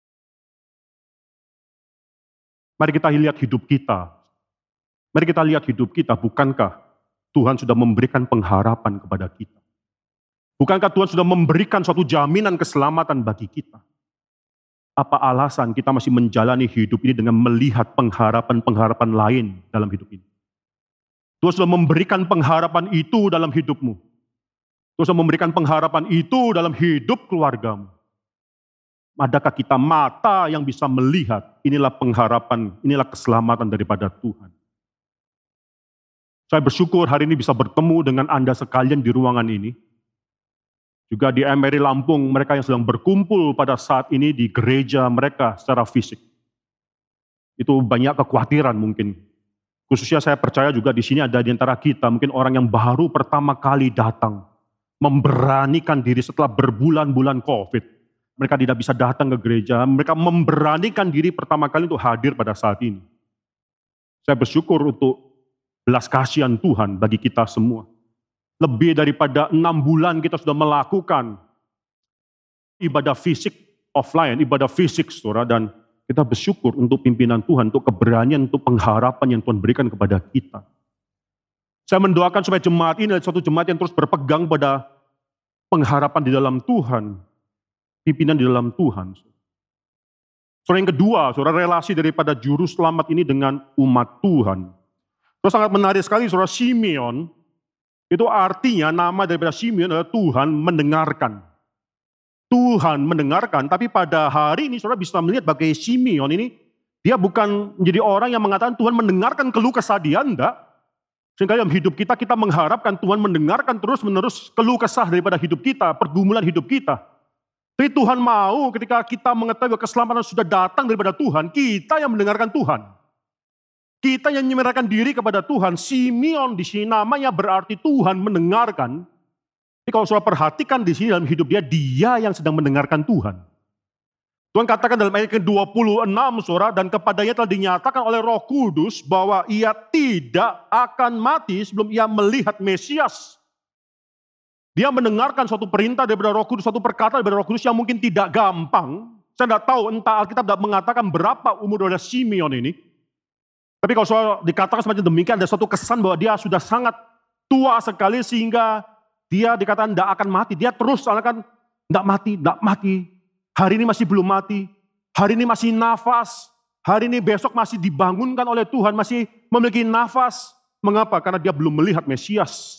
Mari kita lihat hidup kita. Mari kita lihat hidup kita, bukankah Tuhan sudah memberikan pengharapan kepada kita? Bukankah Tuhan sudah memberikan suatu jaminan keselamatan bagi kita? Apa alasan kita masih menjalani hidup ini dengan melihat pengharapan-pengharapan lain dalam hidup ini? Tuhan sudah memberikan pengharapan itu dalam hidupmu. Tuhan sudah memberikan pengharapan itu dalam hidup keluargamu. Adakah kita mata yang bisa melihat inilah pengharapan, inilah keselamatan daripada Tuhan? Saya bersyukur hari ini bisa bertemu dengan Anda sekalian di ruangan ini. Juga di M R I Lampung, mereka yang sedang berkumpul pada saat ini di gereja mereka secara fisik. Itu banyak kekhawatiran mungkin. Khususnya saya percaya juga di sini ada di antara kita, mungkin orang yang baru pertama kali datang. Memberanikan diri setelah berbulan-bulan COVID. Mereka tidak bisa datang ke gereja, mereka memberanikan diri pertama kali untuk hadir pada saat ini. Saya bersyukur untuk belas kasihan Tuhan bagi kita semua. Lebih daripada enam bulan kita sudah melakukan ibadah fisik offline, ibadah fisik, saudara, dan kita bersyukur untuk pimpinan Tuhan, untuk keberanian, untuk pengharapan yang Tuhan berikan kepada kita. Saya mendoakan supaya jemaat ini adalah suatu jemaat yang terus berpegang pada pengharapan di dalam Tuhan, pimpinan di dalam Tuhan. Soal yang kedua, saudara, relasi daripada juru selamat ini dengan umat Tuhan. Terus sangat menarik sekali, saudara, Simeon, itu artinya nama daripada Simeon adalah Tuhan mendengarkan. Tuhan mendengarkan, tapi pada hari ini saudara bisa melihat bagi Simeon ini, dia bukan menjadi orang yang mengatakan Tuhan mendengarkan keluh kesah dia, enggak. Sehingga dalam hidup kita, kita mengharapkan Tuhan mendengarkan terus-menerus keluh kesah daripada hidup kita, pergumulan hidup kita. Tapi Tuhan mau ketika kita mengetahui keselamatan sudah datang daripada Tuhan, kita yang mendengarkan Tuhan. Kita yang menyerahkan diri kepada Tuhan. Simeon di sini namanya berarti Tuhan mendengarkan. Jadi kalau saudara perhatikan di sini dalam hidup dia, dia yang sedang mendengarkan Tuhan. Tuhan katakan dalam ayat ke dua puluh enam, saudara, dan kepadanya telah dinyatakan oleh Roh Kudus bahwa ia tidak akan mati sebelum ia melihat Mesias. Dia mendengarkan suatu perintah daripada Roh Kudus, suatu perkataan daripada Roh Kudus yang mungkin tidak gampang. Saya tidak tahu, entah Alkitab tidak mengatakan berapa umur dari Simeon ini. Tapi kalau soal dikatakan semacam demikian, ada suatu kesan bahwa dia sudah sangat tua sekali sehingga dia dikatakan tidak akan mati. Dia terus akan tidak mati, tidak mati. Hari ini masih belum mati. Hari ini masih nafas. Hari ini besok masih dibangunkan oleh Tuhan, masih memiliki nafas. Mengapa? Karena dia belum melihat Mesias.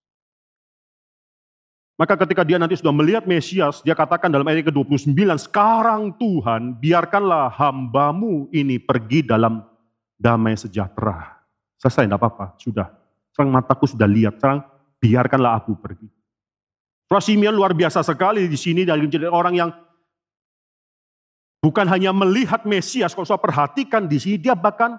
Maka ketika dia nanti sudah melihat Mesias, dia katakan dalam ayat ke dua puluh sembilan, sekarang Tuhan biarkanlah hambamu ini pergi dalam damai sejahtera. Selesai, tidak apa-apa, sudah. Sekarang mataku sudah lihat, sekarang biarkanlah aku pergi. Surah Simeon luar biasa sekali di sini, dari orang yang bukan hanya melihat Mesias, kalau saya perhatikan di sini, dia bahkan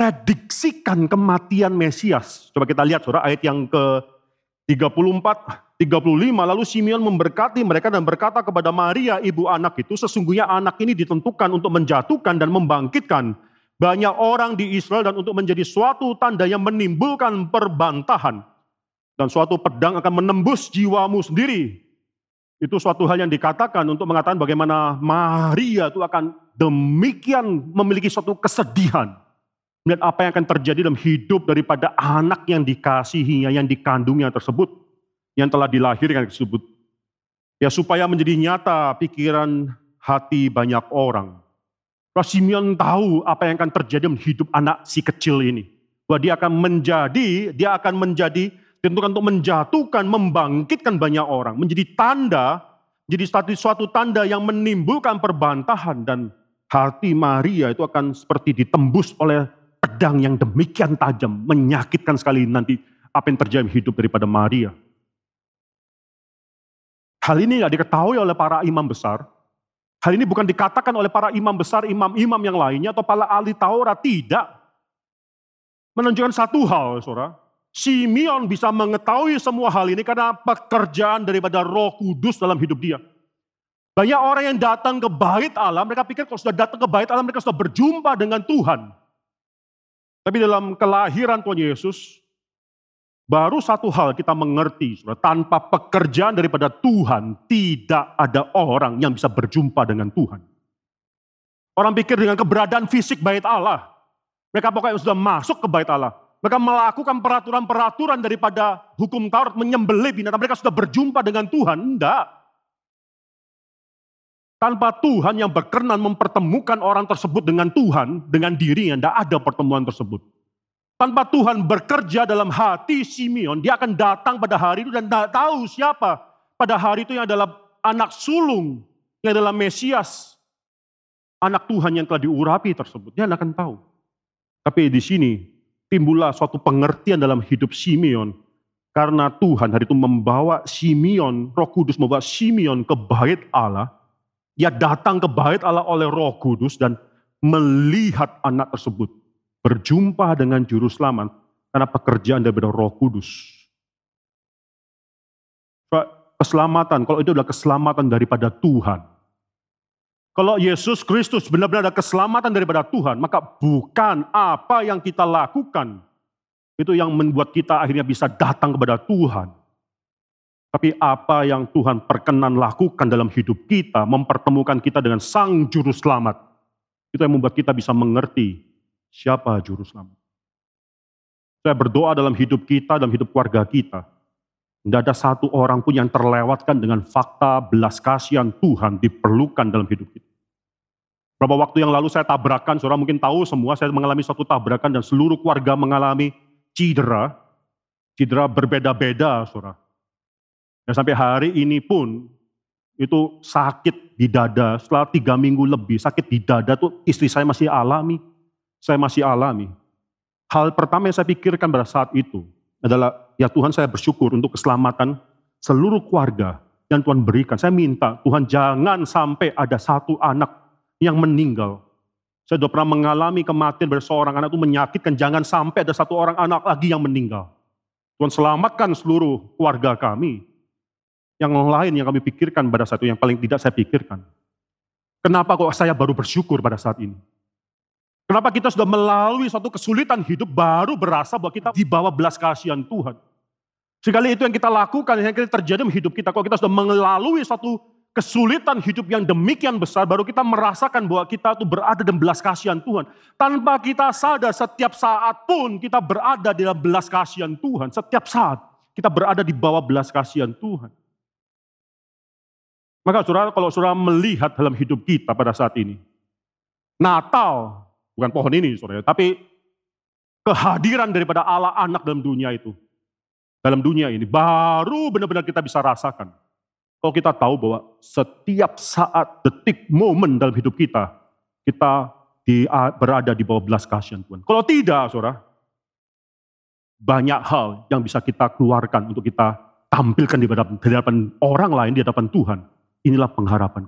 memprediksikan kematian Mesias. Coba kita lihat, saudara, ayat yang ke tiga puluh empat, tiga puluh lima, lalu Simeon memberkati mereka dan berkata kepada Maria, ibu anak itu, sesungguhnya anak ini ditentukan untuk menjatuhkan dan membangkitkan banyak orang di Israel dan untuk menjadi suatu tanda yang menimbulkan perbantahan. Dan suatu pedang akan menembus jiwamu sendiri. Itu suatu hal yang dikatakan untuk mengatakan bagaimana Maria itu akan demikian memiliki suatu kesedihan. Melihat apa yang akan terjadi dalam hidup daripada anak yang dikasihinya, yang dikandungnya tersebut. Yang telah dilahirkan tersebut. Ya supaya menjadi nyata pikiran hati banyak orang. Bahwa Simeon tahu apa yang akan terjadi dalam hidup anak si kecil ini. Bahwa dia akan menjadi, dia akan menjadi, ditentukan untuk menjatuhkan, membangkitkan banyak orang. Menjadi tanda, jadi suatu tanda yang menimbulkan perbantahan. Dan hati Maria itu akan seperti ditembus oleh pedang yang demikian tajam. Menyakitkan sekali nanti apa yang terjadi dalam hidup daripada Maria. Hal ini tidak diketahui oleh para imam besar. Hal ini bukan dikatakan oleh para imam besar, imam-imam yang lainnya, atau para ahli Taurat, tidak. Menunjukkan satu hal, saudara. Simeon bisa mengetahui semua hal ini karena pekerjaan daripada Roh Kudus dalam hidup dia. Banyak orang yang datang ke bait Allah, mereka pikir kalau sudah datang ke bait Allah, mereka sudah berjumpa dengan Tuhan. Tapi dalam kelahiran Tuhan Yesus, baru satu hal kita mengerti, saudara, tanpa pekerjaan daripada Tuhan, tidak ada orang yang bisa berjumpa dengan Tuhan. Orang pikir dengan keberadaan fisik bait Allah, mereka pokoknya sudah masuk ke bait Allah. Mereka melakukan peraturan-peraturan daripada hukum Taurat, menyembelih binatang, mereka sudah berjumpa dengan Tuhan. Enggak. Tanpa Tuhan yang berkenan mempertemukan orang tersebut dengan Tuhan, dengan dirinya, enggak ada pertemuan tersebut. Tanpa Tuhan bekerja dalam hati Simeon, dia akan datang pada hari itu dan tidak tahu siapa pada hari itu yang adalah anak sulung, yang adalah Mesias. Anak Tuhan yang telah diurapi tersebut, dia tidak akan tahu. Tapi di sini timbullah suatu pengertian dalam hidup Simeon. Karena Tuhan hari itu membawa Simeon, Roh Kudus membawa Simeon ke bait Allah. Dia datang ke bait Allah oleh Roh Kudus dan melihat anak tersebut. Berjumpa dengan Juru Selamat karena pekerjaan daripada Roh Kudus. Keselamatan, kalau itu adalah keselamatan daripada Tuhan. Kalau Yesus Kristus benar-benar ada keselamatan daripada Tuhan, maka bukan apa yang kita lakukan itu yang membuat kita akhirnya bisa datang kepada Tuhan. Tapi apa yang Tuhan perkenan lakukan dalam hidup kita, mempertemukan kita dengan Sang Juru Selamat. Itu yang membuat kita bisa mengerti siapa Juru Selamat. Saya berdoa dalam hidup kita, dalam hidup keluarga kita. Tidak ada satu orang pun yang terlewatkan dengan fakta belas kasihan Tuhan diperlukan dalam hidup kita. Beberapa waktu yang lalu saya tabrakan, saudara mungkin tahu semua, saya mengalami suatu tabrakan dan seluruh keluarga mengalami cedera. Cedera berbeda-beda, saudara. Dan sampai hari ini pun, itu sakit di dada, setelah tiga minggu lebih, sakit di dada tuh istri saya masih alami. Saya masih alami. Hal pertama yang saya pikirkan pada saat itu adalah, ya Tuhan saya bersyukur untuk keselamatan seluruh keluarga yang Tuhan berikan. Saya minta Tuhan jangan sampai ada satu anak yang meninggal. Saya sudah pernah mengalami kematian dari seorang anak itu menyakitkan, jangan sampai ada satu orang anak lagi yang meninggal. Tuhan selamatkan seluruh keluarga kami. Yang lain yang kami pikirkan pada saat itu, yang paling tidak saya pikirkan. Kenapa kok saya baru bersyukur pada saat ini? Kenapa kita sudah melalui suatu kesulitan hidup baru berasa bahwa kita di bawah belas kasihan Tuhan. Sekali itu yang kita lakukan, yang terjadi dalam hidup kita. Kalau kita sudah melalui suatu kesulitan hidup yang demikian besar, baru kita merasakan bahwa kita itu berada dalam belas kasihan Tuhan. Tanpa kita sadar, setiap saat pun kita berada di dalam belas kasihan Tuhan. Setiap saat kita berada di bawah belas kasihan Tuhan. Maka saudara, kalau saudara melihat dalam hidup kita pada saat ini, Natal, bukan pohon ini saudara, tapi kehadiran daripada Allah anak dalam dunia itu, dalam dunia ini, baru benar-benar kita bisa rasakan. Kalau kita tahu bahwa setiap saat, detik, momen dalam hidup kita, kita di, berada di bawah belas kasihan Tuhan. Kalau tidak, saudara, banyak hal yang bisa kita keluarkan untuk kita tampilkan di hadapan, di hadapan orang lain, di hadapan Tuhan. Inilah pengharapan.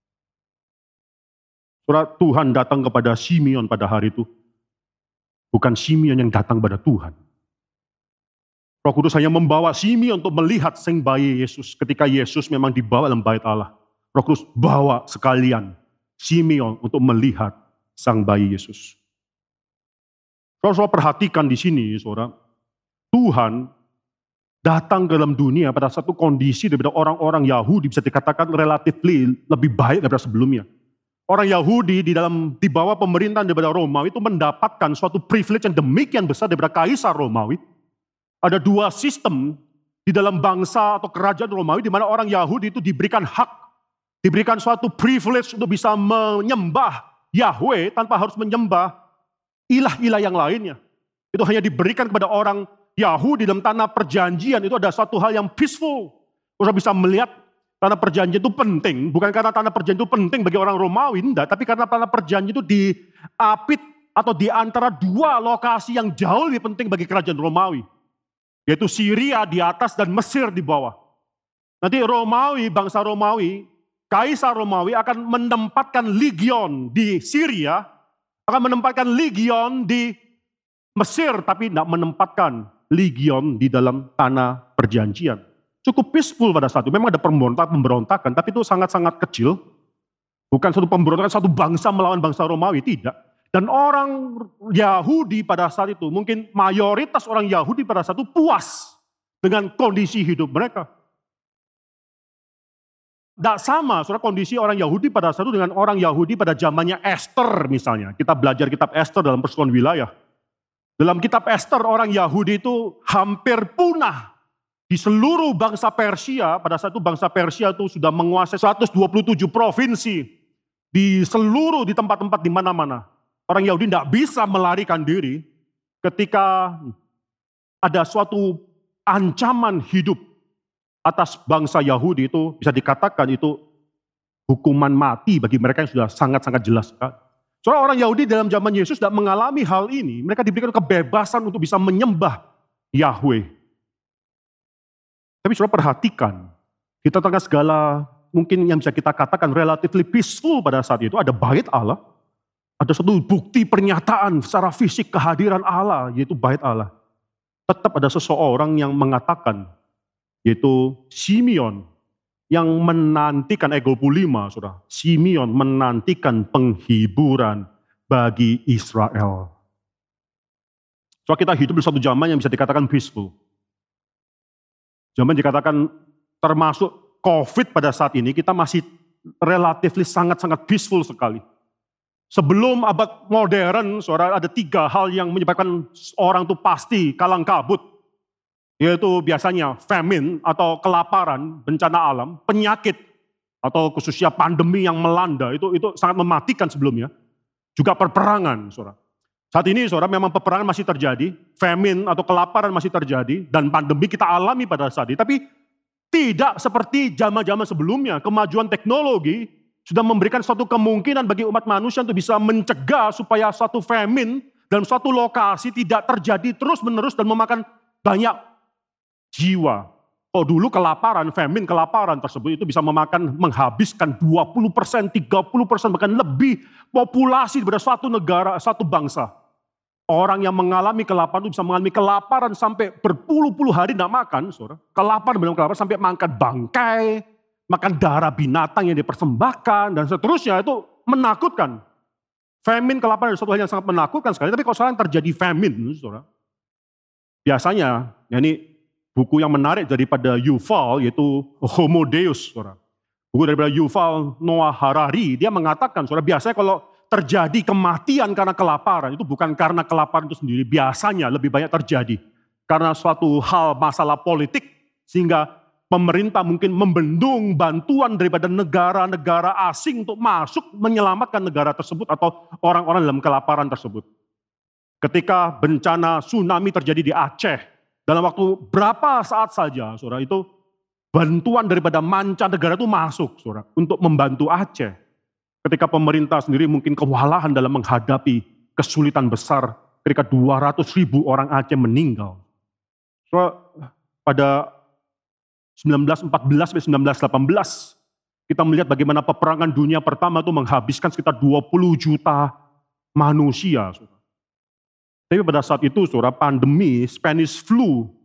Saudara, Tuhan datang kepada Simeon pada hari itu. Bukan Simeon yang datang kepada Tuhan. Roh Kudus hanya membawa Simeon untuk melihat sang bayi Yesus ketika Yesus memang dibawa dalam bait Allah. Roh Kudus bawa sekalian Simeon untuk melihat sang bayi Yesus. Saudara perhatikan di sini, saudara, Tuhan datang ke dalam dunia pada satu kondisi daripada orang-orang Yahudi bisa dikatakan relatively lebih baik daripada sebelumnya. Orang Yahudi di dalam di bawah pemerintahan daripada Romawi itu mendapatkan suatu privilege yang demikian besar daripada Kaisar Romawi. Ada dua sistem di dalam bangsa atau kerajaan Romawi di mana orang Yahudi itu diberikan hak, diberikan suatu privilege untuk bisa menyembah Yahweh tanpa harus menyembah ilah-ilah yang lainnya. Itu hanya diberikan kepada orang Yahudi dalam tanah perjanjian. Itu ada satu hal yang peaceful. Kita bisa melihat tanah perjanjian itu penting. Bukan karena tanah perjanjian itu penting bagi orang Romawi, enggak. Tapi karena tanah perjanjian itu diapit atau di antara dua lokasi yang jauh lebih penting bagi kerajaan Romawi. Yaitu Syria di atas dan Mesir di bawah. Nanti Romawi, bangsa Romawi, Kaisar Romawi akan menempatkan legion di Syria, akan menempatkan legion di Mesir, tapi tidak menempatkan legion di dalam tanah perjanjian. Cukup peaceful pada saat itu. Memang ada pemberontak-pemberontakan, tapi itu sangat-sangat kecil. Bukan satu pemberontakan, satu bangsa melawan bangsa Romawi, tidak. Dan orang Yahudi pada saat itu, mungkin mayoritas orang Yahudi pada saat itu puas dengan kondisi hidup mereka. Tidak sama, saudara, kondisi orang Yahudi pada saat itu dengan orang Yahudi pada zamannya Esther misalnya. Kita belajar kitab Esther dalam Persetujuan Wilayah. Dalam kitab Esther, orang Yahudi itu hampir punah di seluruh bangsa Persia. Pada saat itu bangsa Persia itu sudah menguasai seratus dua puluh tujuh provinsi di seluruh, di tempat-tempat di mana-mana. Orang Yahudi tidak bisa melarikan diri ketika ada suatu ancaman hidup atas bangsa Yahudi. Itu bisa dikatakan itu hukuman mati bagi mereka yang sudah sangat-sangat jelas sekali. Soalnya orang Yahudi dalam zaman Yesus tidak mengalami hal ini. Mereka diberikan kebebasan untuk bisa menyembah Yahweh. Tapi saudara perhatikan, di tengah segala mungkin yang bisa kita katakan relatively peaceful pada saat itu, ada bait Allah. Ada satu bukti pernyataan secara fisik kehadiran Allah, yaitu bait Allah. Tetap ada seseorang yang mengatakan, yaitu Simeon, yang menantikan ayat dua puluh lima, saudara. Simeon menantikan penghiburan bagi Israel. So kita hidup di satu zaman yang bisa dikatakan peaceful. Zaman dikatakan termasuk COVID pada saat ini, kita masih relatively sangat-sangat peaceful sekali. Sebelum abad modern, saudara, ada tiga hal yang menyebabkan orang itu pasti kalang kabut. Yaitu biasanya famine atau kelaparan, bencana alam, penyakit atau khususnya pandemi yang melanda, itu itu sangat mematikan sebelumnya. Juga perperangan, saudara. Saat ini, saudara, memang peperangan masih terjadi, famine atau kelaparan masih terjadi, dan pandemi kita alami pada saat ini. Tapi tidak seperti zaman-zaman sebelumnya. Kemajuan teknologi sudah memberikan suatu kemungkinan bagi umat manusia untuk bisa mencegah supaya suatu famine dalam suatu lokasi tidak terjadi terus-menerus dan memakan banyak jiwa. Oh dulu kelaparan, famine kelaparan tersebut itu bisa memakan, menghabiskan dua puluh persen, tiga puluh persen, bahkan lebih populasi daripada suatu negara, satu bangsa. Orang yang mengalami kelaparan itu bisa mengalami kelaparan sampai berpuluh-puluh hari tidak makan, saudara. Kelaparan, benar kelaparan sampai makan bangkai, makan darah binatang yang dipersembahkan, dan seterusnya. Itu menakutkan. Famine, kelaparan adalah suatu hal yang sangat menakutkan sekali. Tapi kalau sekarang terjadi famine, saudara, biasanya, ya ini buku yang menarik daripada Yuval, yaitu Homo Deus, saudara. Buku daripada Yuval Noah Harari, dia mengatakan, saudara, biasanya kalau terjadi kematian karena kelaparan, itu bukan karena kelaparan itu sendiri, biasanya lebih banyak terjadi karena suatu hal masalah politik, sehingga pemerintah mungkin membendung bantuan daripada negara-negara asing untuk masuk menyelamatkan negara tersebut atau orang-orang dalam kelaparan tersebut. Ketika bencana tsunami terjadi di Aceh, dalam waktu berapa saat saja, saudara, itu bantuan daripada mancanegara itu masuk, saudara, untuk membantu Aceh. Ketika pemerintah sendiri mungkin kewalahan dalam menghadapi kesulitan besar, ketika dua ratus ribu orang Aceh meninggal. So, pada seribu sembilan ratus empat belas sampai seribu sembilan ratus delapan belas, kita melihat bagaimana peperangan dunia pertama itu menghabiskan sekitar dua puluh juta manusia. Saudara. Tapi pada saat itu, saudara, pandemi Spanish flu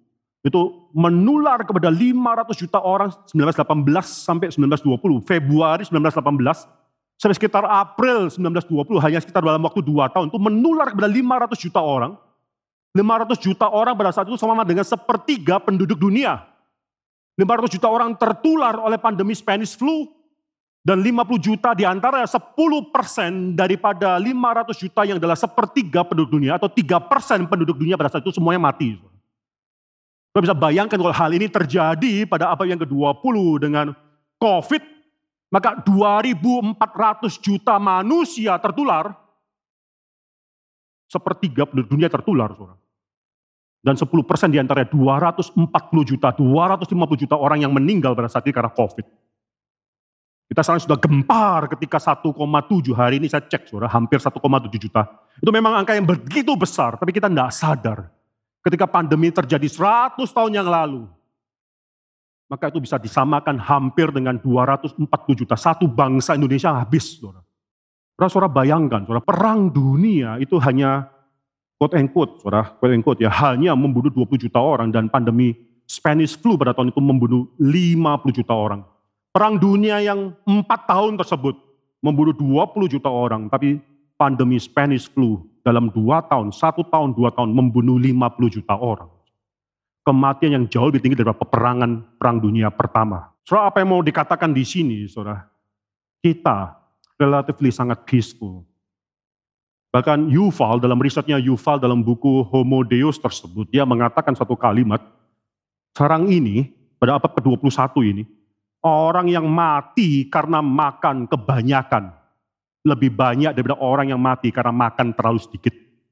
Itu menular kepada lima ratus juta orang seribu sembilan ratus delapan belas sampai seribu sembilan ratus dua puluh. Februari seribu sembilan ratus delapan belas sampai sekitar April seribu sembilan ratus dua puluh, hanya sekitar dalam waktu dua tahun itu menular kepada lima ratus juta orang. lima ratus juta orang pada saat itu sama dengan sepertiga penduduk dunia. lima ratus juta orang tertular oleh pandemi Spanish flu, dan lima puluh juta diantara sepuluh persen daripada lima ratus juta yang adalah sepertiga penduduk dunia, atau tiga persen penduduk dunia pada saat itu semuanya mati. Kita bisa bayangkan kalau hal ini terjadi pada abad yang ke dua puluh dengan COVID, maka dua ribu empat ratus juta manusia tertular, sepertiga penduduk dunia tertular. Saudara. Dan sepuluh persen diantaranya dua ratus empat puluh juta, dua ratus lima puluh juta orang yang meninggal pada saat ini karena COVID. Kita sekarang sudah gempar ketika satu koma tujuh, hari ini saya cek saudara, hampir satu koma tujuh juta. Itu memang angka yang begitu besar, tapi kita tidak sadar. Ketika pandemi terjadi seratus tahun yang lalu, maka itu bisa disamakan hampir dengan dua ratus empat puluh juta. Satu bangsa Indonesia habis. Saudara. Saudara bayangkan, saudara, perang dunia itu hanya quote and quote, saudara, quote and quote ya, hanya membunuh dua puluh juta orang, dan pandemi Spanish flu pada tahun itu membunuh lima puluh juta orang. Perang dunia yang empat tahun tersebut membunuh dua puluh juta orang, tapi pandemi Spanish flu dalam dua tahun, satu tahun, dua tahun membunuh lima puluh juta orang. Kematian yang jauh lebih tinggi daripada peperangan perang dunia pertama. Saudara, apa yang mau dikatakan di sini, saudara? Kita relatively sangat peaceful. Bahkan Yuval, dalam risetnya Yuval dalam buku Homo Deus tersebut, dia mengatakan satu kalimat, sekarang ini, pada abad ke dua puluh satu ini, orang yang mati karena makan kebanyakan, lebih banyak daripada orang yang mati karena makan terlalu sedikit.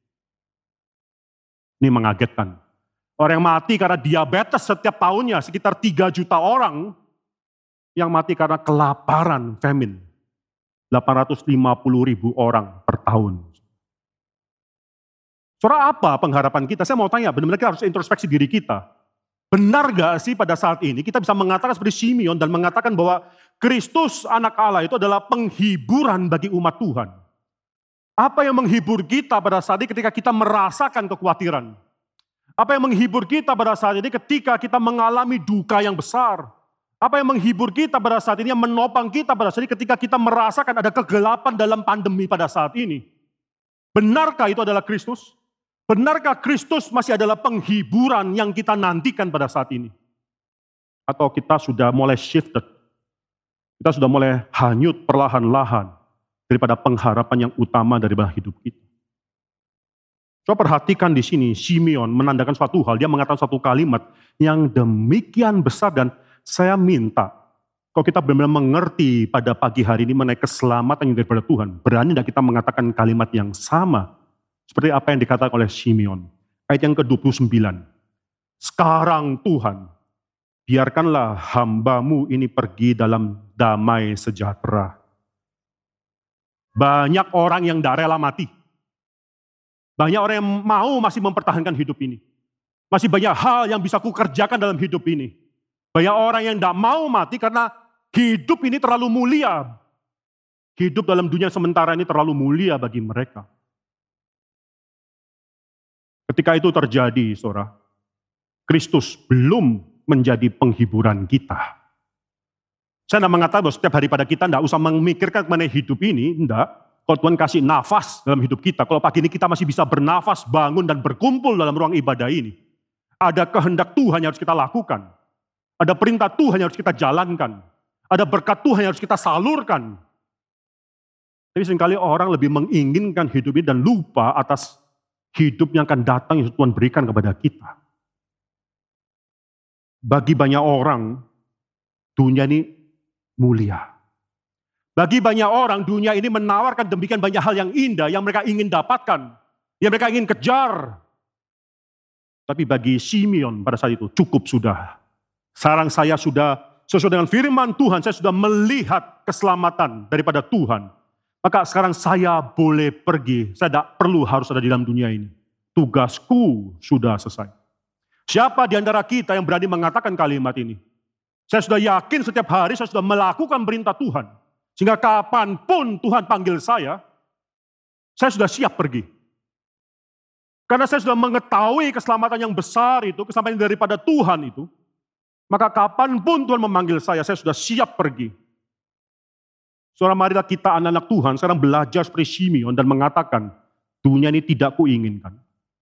Ini mengagetkan. Orang yang mati karena diabetes setiap tahunnya sekitar tiga juta orang, yang mati karena kelaparan, famine, delapan ratus lima puluh ribu orang per tahun. Saudara, apa pengharapan kita? Saya mau tanya, benar-benar kita harus introspeksi diri kita. Benar gak sih pada saat ini kita bisa mengatakan seperti Simeon dan mengatakan bahwa Kristus anak Allah itu adalah penghiburan bagi umat Tuhan. Apa yang menghibur kita pada saat ini ketika kita merasakan kekhawatiran? Apa yang menghibur kita pada saat ini ketika kita mengalami duka yang besar? Apa yang menghibur kita pada saat ini, yang menopang kita pada saat ini ketika kita merasakan ada kegelapan dalam pandemi pada saat ini? Benarkah itu adalah Kristus? Benarkah Kristus masih adalah penghiburan yang kita nantikan pada saat ini? Atau kita sudah mulai shifted? Kita sudah mulai hanyut perlahan-lahan daripada pengharapan yang utama dari hidup kita. Coba perhatikan di sini, Simeon menandakan suatu hal, dia mengatakan suatu kalimat yang demikian besar, dan saya minta, kalau kita benar-benar mengerti pada pagi hari ini mengenai keselamatan yang daripada Tuhan, berani tidak kita mengatakan kalimat yang sama seperti apa yang dikatakan oleh Simeon. Ayat yang ke dua puluh sembilan. Sekarang Tuhan, biarkanlah hambamu ini pergi dalam damai sejahtera. Banyak orang yang tidak rela mati. Banyak orang yang mau masih mempertahankan hidup ini. Masih banyak hal yang bisa kukerjakan dalam hidup ini. Banyak orang yang tidak mau mati karena hidup ini terlalu mulia. Hidup dalam dunia sementara ini terlalu mulia bagi mereka. Ketika itu terjadi, saudara, Kristus belum menjadi penghiburan kita. Saya tidak mengatakan bahwa setiap hari pada kita tidak usah memikirkan mengenai hidup ini, tidak. Kalau Tuhan kasih nafas dalam hidup kita, kalau pagi ini kita masih bisa bernafas, bangun dan berkumpul dalam ruang ibadah ini, ada kehendak Tuhan yang harus kita lakukan. Ada perintah Tuhan yang harus kita jalankan. Ada berkat Tuhan yang harus kita salurkan. Tapi seringkali orang lebih menginginkan hidup ini dan lupa atas hidup yang akan datang yang Tuhan berikan kepada kita. Bagi banyak orang, dunia ini mulia. Bagi banyak orang, dunia ini menawarkan demikian banyak hal yang indah yang mereka ingin dapatkan, yang mereka ingin kejar. Tapi bagi Simeon pada saat itu, cukup sudah. Sekarang saya sudah, sesuai dengan firman Tuhan, saya sudah melihat keselamatan daripada Tuhan. Maka sekarang saya boleh pergi, saya tidak perlu harus ada di dalam dunia ini. Tugasku sudah selesai. Siapa di antara kita yang berani mengatakan kalimat ini? Saya sudah yakin setiap hari saya sudah melakukan perintah Tuhan. Sehingga kapanpun Tuhan panggil saya, saya sudah siap pergi. Karena saya sudah mengetahui keselamatan yang besar itu, keselamatan daripada Tuhan itu, maka kapanpun Tuhan memanggil saya, saya sudah siap pergi. Saudara, marilah kita anak-anak Tuhan sekarang belajar seperti Simeon dan mengatakan, dunia ini tidak kuinginkan.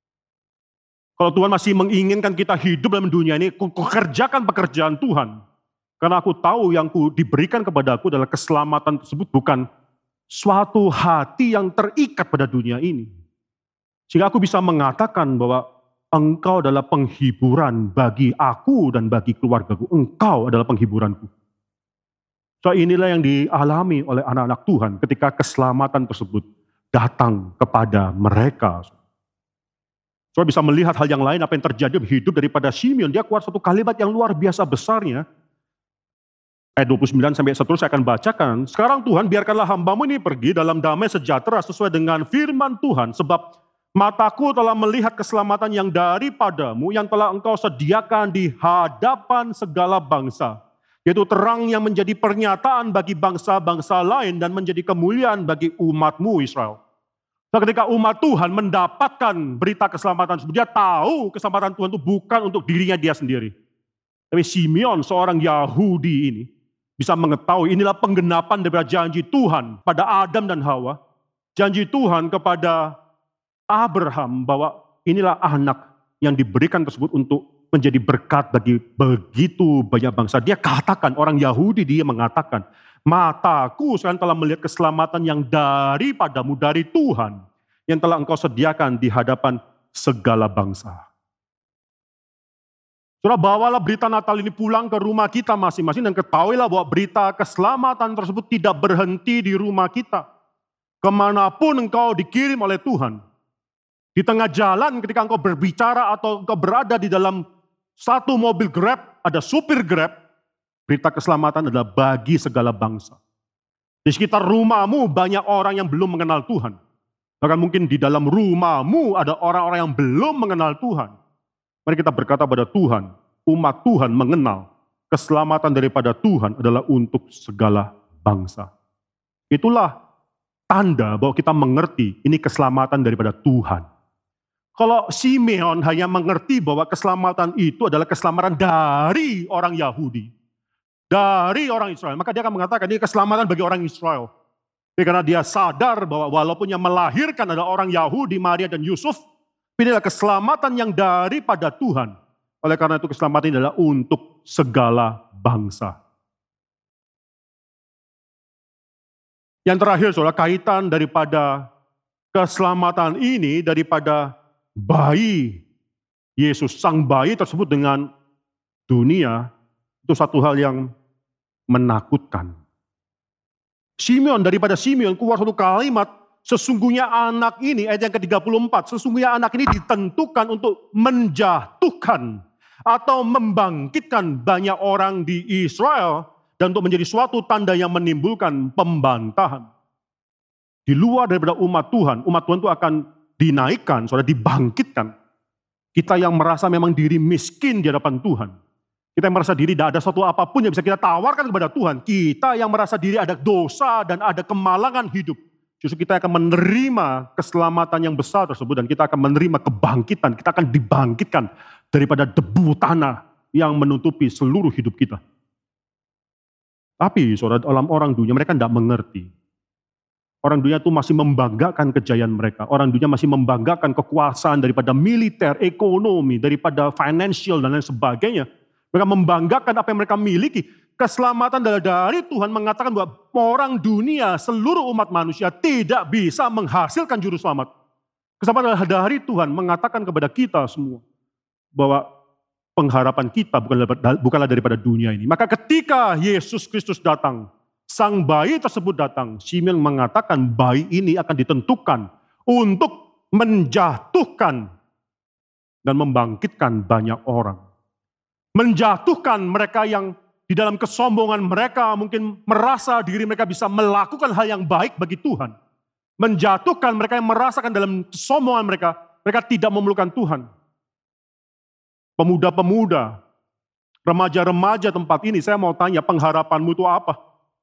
Kalau Tuhan masih menginginkan kita hidup dalam dunia ini, kukerjakan pekerjaan Tuhan. Karena aku tahu yang ku diberikan kepadaku adalah keselamatan tersebut bukan suatu hati yang terikat pada dunia ini. Sehingga aku bisa mengatakan bahwa Engkau adalah penghiburan bagi aku dan bagi keluargaku. Engkau adalah penghiburanku. So inilah yang dialami oleh anak-anak Tuhan ketika keselamatan tersebut datang kepada mereka. So bisa melihat hal yang lain apa yang terjadi hidup daripada Simeon. Dia keluar satu kalimat yang luar biasa besarnya. Ayat dua puluh sembilan sampai seterusnya saya akan bacakan. Sekarang Tuhan biarkanlah hambamu ini pergi dalam damai sejahtera sesuai dengan firman Tuhan. Sebab mataku telah melihat keselamatan yang daripadamu yang telah engkau sediakan di hadapan segala bangsa. Yaitu terang yang menjadi pernyataan bagi bangsa-bangsa lain dan menjadi kemuliaan bagi umatmu Israel. Nah, ketika umat Tuhan mendapatkan berita keselamatan, dia tahu keselamatan Tuhan itu bukan untuk dirinya dia sendiri. Tapi Simeon, seorang Yahudi ini, bisa mengetahui inilah penggenapan daripada janji Tuhan pada Adam dan Hawa. Janji Tuhan kepada Abraham bahwa inilah anak yang diberikan tersebut untuk menjadi berkat bagi begitu banyak bangsa. Dia katakan, orang Yahudi dia mengatakan, mataku sekarang telah melihat keselamatan yang daripadamu, dari Tuhan, yang telah engkau sediakan di hadapan segala bangsa. Saudara, bawalah berita Natal ini pulang ke rumah kita masing-masing dan ketahuilah bahwa berita keselamatan tersebut tidak berhenti di rumah kita. Kemanapun engkau dikirim oleh Tuhan, di tengah jalan ketika engkau berbicara atau engkau berada di dalam satu mobil Grab, ada supir Grab, berita keselamatan adalah bagi segala bangsa. Di sekitar rumahmu banyak orang yang belum mengenal Tuhan. Bahkan mungkin di dalam rumahmu ada orang-orang yang belum mengenal Tuhan. Mari kita berkata pada Tuhan, umat Tuhan mengenal keselamatan daripada Tuhan adalah untuk segala bangsa. Itulah tanda bahwa kita mengerti ini keselamatan daripada Tuhan. Kalau Simeon hanya mengerti bahwa keselamatan itu adalah keselamatan dari orang Yahudi, dari orang Israel, maka dia akan mengatakan ini keselamatan bagi orang Israel. Jadi karena dia sadar bahwa walaupun yang melahirkan adalah orang Yahudi, Maria dan Yusuf, inilah keselamatan yang daripada Tuhan. Oleh karena itu keselamatan ini adalah untuk segala bangsa. Yang terakhir, saudara, kaitan daripada keselamatan ini daripada bayi Yesus, sang bayi tersebut dengan dunia, itu satu hal yang menakutkan. Simeon, daripada Simeon keluar satu kalimat, sesungguhnya anak ini, ayat yang ke tiga puluh empat, sesungguhnya anak ini ditentukan untuk menjatuhkan atau membangkitkan banyak orang di Israel, dan untuk menjadi suatu tanda yang menimbulkan pembantahan. Di luar daripada umat Tuhan, umat Tuhan itu akan dinaikkan, saudara, dibangkitkan. Kita yang merasa memang diri miskin di hadapan Tuhan. Kita yang merasa diri tidak ada suatu apapun yang bisa kita tawarkan kepada Tuhan. Kita yang merasa diri ada dosa dan ada kemalangan hidup. Justru kita akan menerima keselamatan yang besar tersebut dan kita akan menerima kebangkitan. Kita akan dibangkitkan daripada debu tanah yang menutupi seluruh hidup kita. Tapi saudara, dalam orang dunia mereka tidak mengerti. Orang dunia itu masih membanggakan kejayaan mereka. Orang dunia masih membanggakan kekuasaan daripada militer, ekonomi, daripada financial dan lain sebagainya. Mereka membanggakan apa yang mereka miliki. Keselamatan dari Tuhan mengatakan bahwa orang dunia, seluruh umat manusia tidak bisa menghasilkan juru selamat. Keselamatan dari Tuhan mengatakan kepada kita semua bahwa pengharapan kita bukanlah daripada dunia ini. Maka ketika Yesus Kristus datang, sang bayi tersebut datang, Simeon mengatakan bayi ini akan ditentukan untuk menjatuhkan dan membangkitkan banyak orang. Menjatuhkan mereka yang di dalam kesombongan mereka mungkin merasa diri mereka bisa melakukan hal yang baik bagi Tuhan. Menjatuhkan mereka yang merasakan dalam kesombongan mereka, mereka tidak memerlukan Tuhan. Pemuda-pemuda, remaja-remaja tempat ini, saya mau tanya, pengharapanmu itu apa?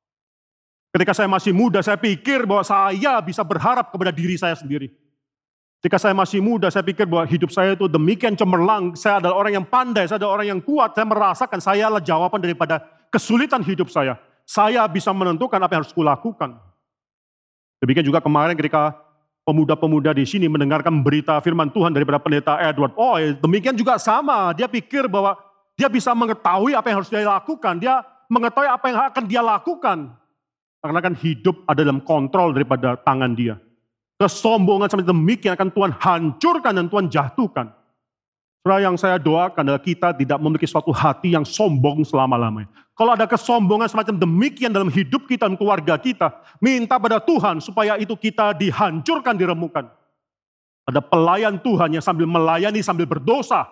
Ketika saya masih muda, saya pikir bahwa saya bisa berharap kepada diri saya sendiri. Ketika saya masih muda, saya pikir bahwa hidup saya itu demikian cemerlang, saya adalah orang yang pandai, saya adalah orang yang kuat, saya merasakan saya adalah jawaban daripada kesulitan hidup saya. Saya bisa menentukan apa yang harus kulakukan. Demikian juga kemarin ketika pemuda-pemuda di sini mendengarkan berita firman Tuhan daripada pendeta Edward Oy, demikian juga sama, dia pikir bahwa dia bisa mengetahui apa yang harus dia lakukan, dia mengetahui apa yang akan dia lakukan. Karena kan hidup ada dalam kontrol daripada tangan dia. Kesombongan sampai demikian akan Tuhan hancurkan dan Tuhan jatuhkan. Saudara, yang saya doakan adalah kita tidak memiliki suatu hati yang sombong selama-lamanya. Kalau ada kesombongan semacam demikian dalam hidup kita dan keluarga kita, minta pada Tuhan supaya itu kita dihancurkan, diremukkan. Ada pelayan Tuhan yang sambil melayani, sambil berdosa.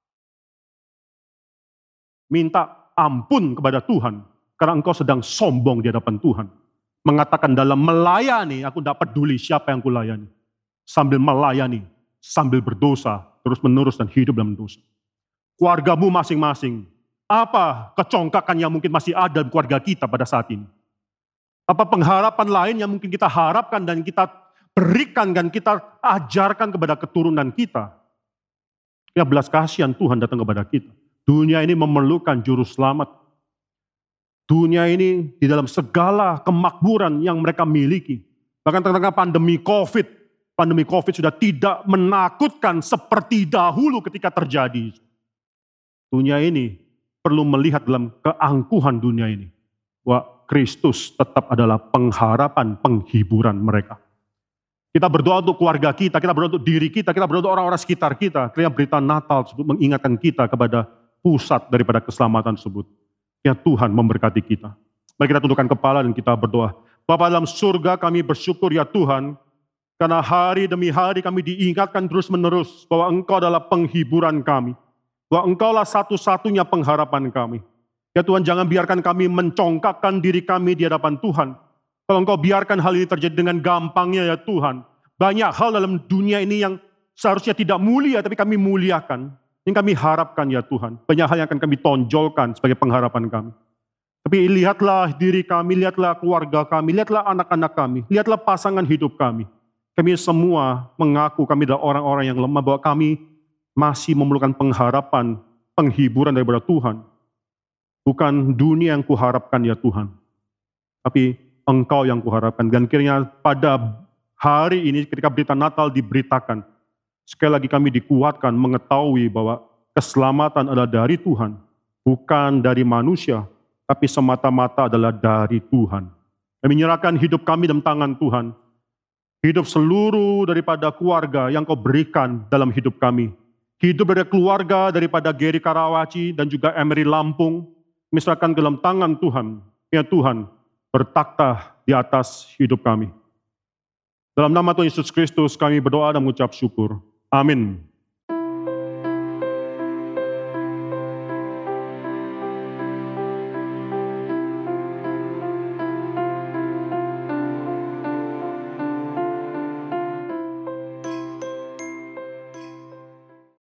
Minta ampun kepada Tuhan, karena engkau sedang sombong di hadapan Tuhan. Mengatakan dalam melayani, aku tidak peduli siapa yang kulayani. Sambil melayani, sambil berdosa, terus menerus dan hidup dalam dosa. Keluargamu masing-masing, apa kecongkakan yang mungkin masih ada di keluarga kita pada saat ini? Apa pengharapan lain yang mungkin kita harapkan dan kita berikan dan kita ajarkan kepada keturunan kita? Ya, belas kasihan Tuhan datang kepada kita. Dunia ini memerlukan juru selamat. Dunia ini di dalam segala kemakmuran yang mereka miliki. Bahkan tengah-tengah pandemi COVID, pandemi COVID sudah tidak menakutkan seperti dahulu ketika terjadi. Dunia ini perlu melihat dalam keangkuhan dunia ini, bahwa Kristus tetap adalah pengharapan, penghiburan mereka. Kita berdoa untuk keluarga kita, kita berdoa untuk diri kita, kita berdoa untuk orang-orang sekitar kita. Kiranya berita Natal tersebut mengingatkan kita kepada pusat daripada keselamatan tersebut. Ya Tuhan memberkati kita. Mari kita tundukkan kepala dan kita berdoa. Bapa dalam surga, kami bersyukur ya Tuhan, karena hari demi hari kami diingatkan terus menerus bahwa Engkau adalah penghiburan kami. Bahwa Engkaulah satu-satunya pengharapan kami. Ya Tuhan, jangan biarkan kami mencongkakkan diri kami di hadapan Tuhan. Kalau Engkau biarkan hal ini terjadi dengan gampangnya ya Tuhan. Banyak hal dalam dunia ini yang seharusnya tidak mulia, tapi kami muliakan. Yang kami harapkan ya Tuhan, banyak hal yang akan kami tonjolkan sebagai pengharapan kami. Tapi lihatlah diri kami, lihatlah keluarga kami, lihatlah anak-anak kami, lihatlah pasangan hidup kami. Kami semua mengaku kami adalah orang-orang yang lemah, bahwa kami masih memerlukan pengharapan, penghiburan daripada Tuhan. Bukan dunia yang kuharapkan ya Tuhan, tapi Engkau yang kuharapkan. Dan kiranya pada hari ini ketika berita Natal diberitakan, sekali lagi kami dikuatkan mengetahui bahwa keselamatan adalah dari Tuhan, bukan dari manusia, tapi semata-mata adalah dari Tuhan. Kami menyerahkan hidup kami dalam tangan Tuhan. Hidup seluruh daripada keluarga yang Kau berikan dalam hidup kami. Hidup dari keluarga daripada Geri Karawaci dan juga Emery Lampung, misalkan dalam tangan Tuhan. Ya Tuhan, bertakhta di atas hidup kami. Dalam nama Tuhan Yesus Kristus kami berdoa dan mengucap syukur. Amin.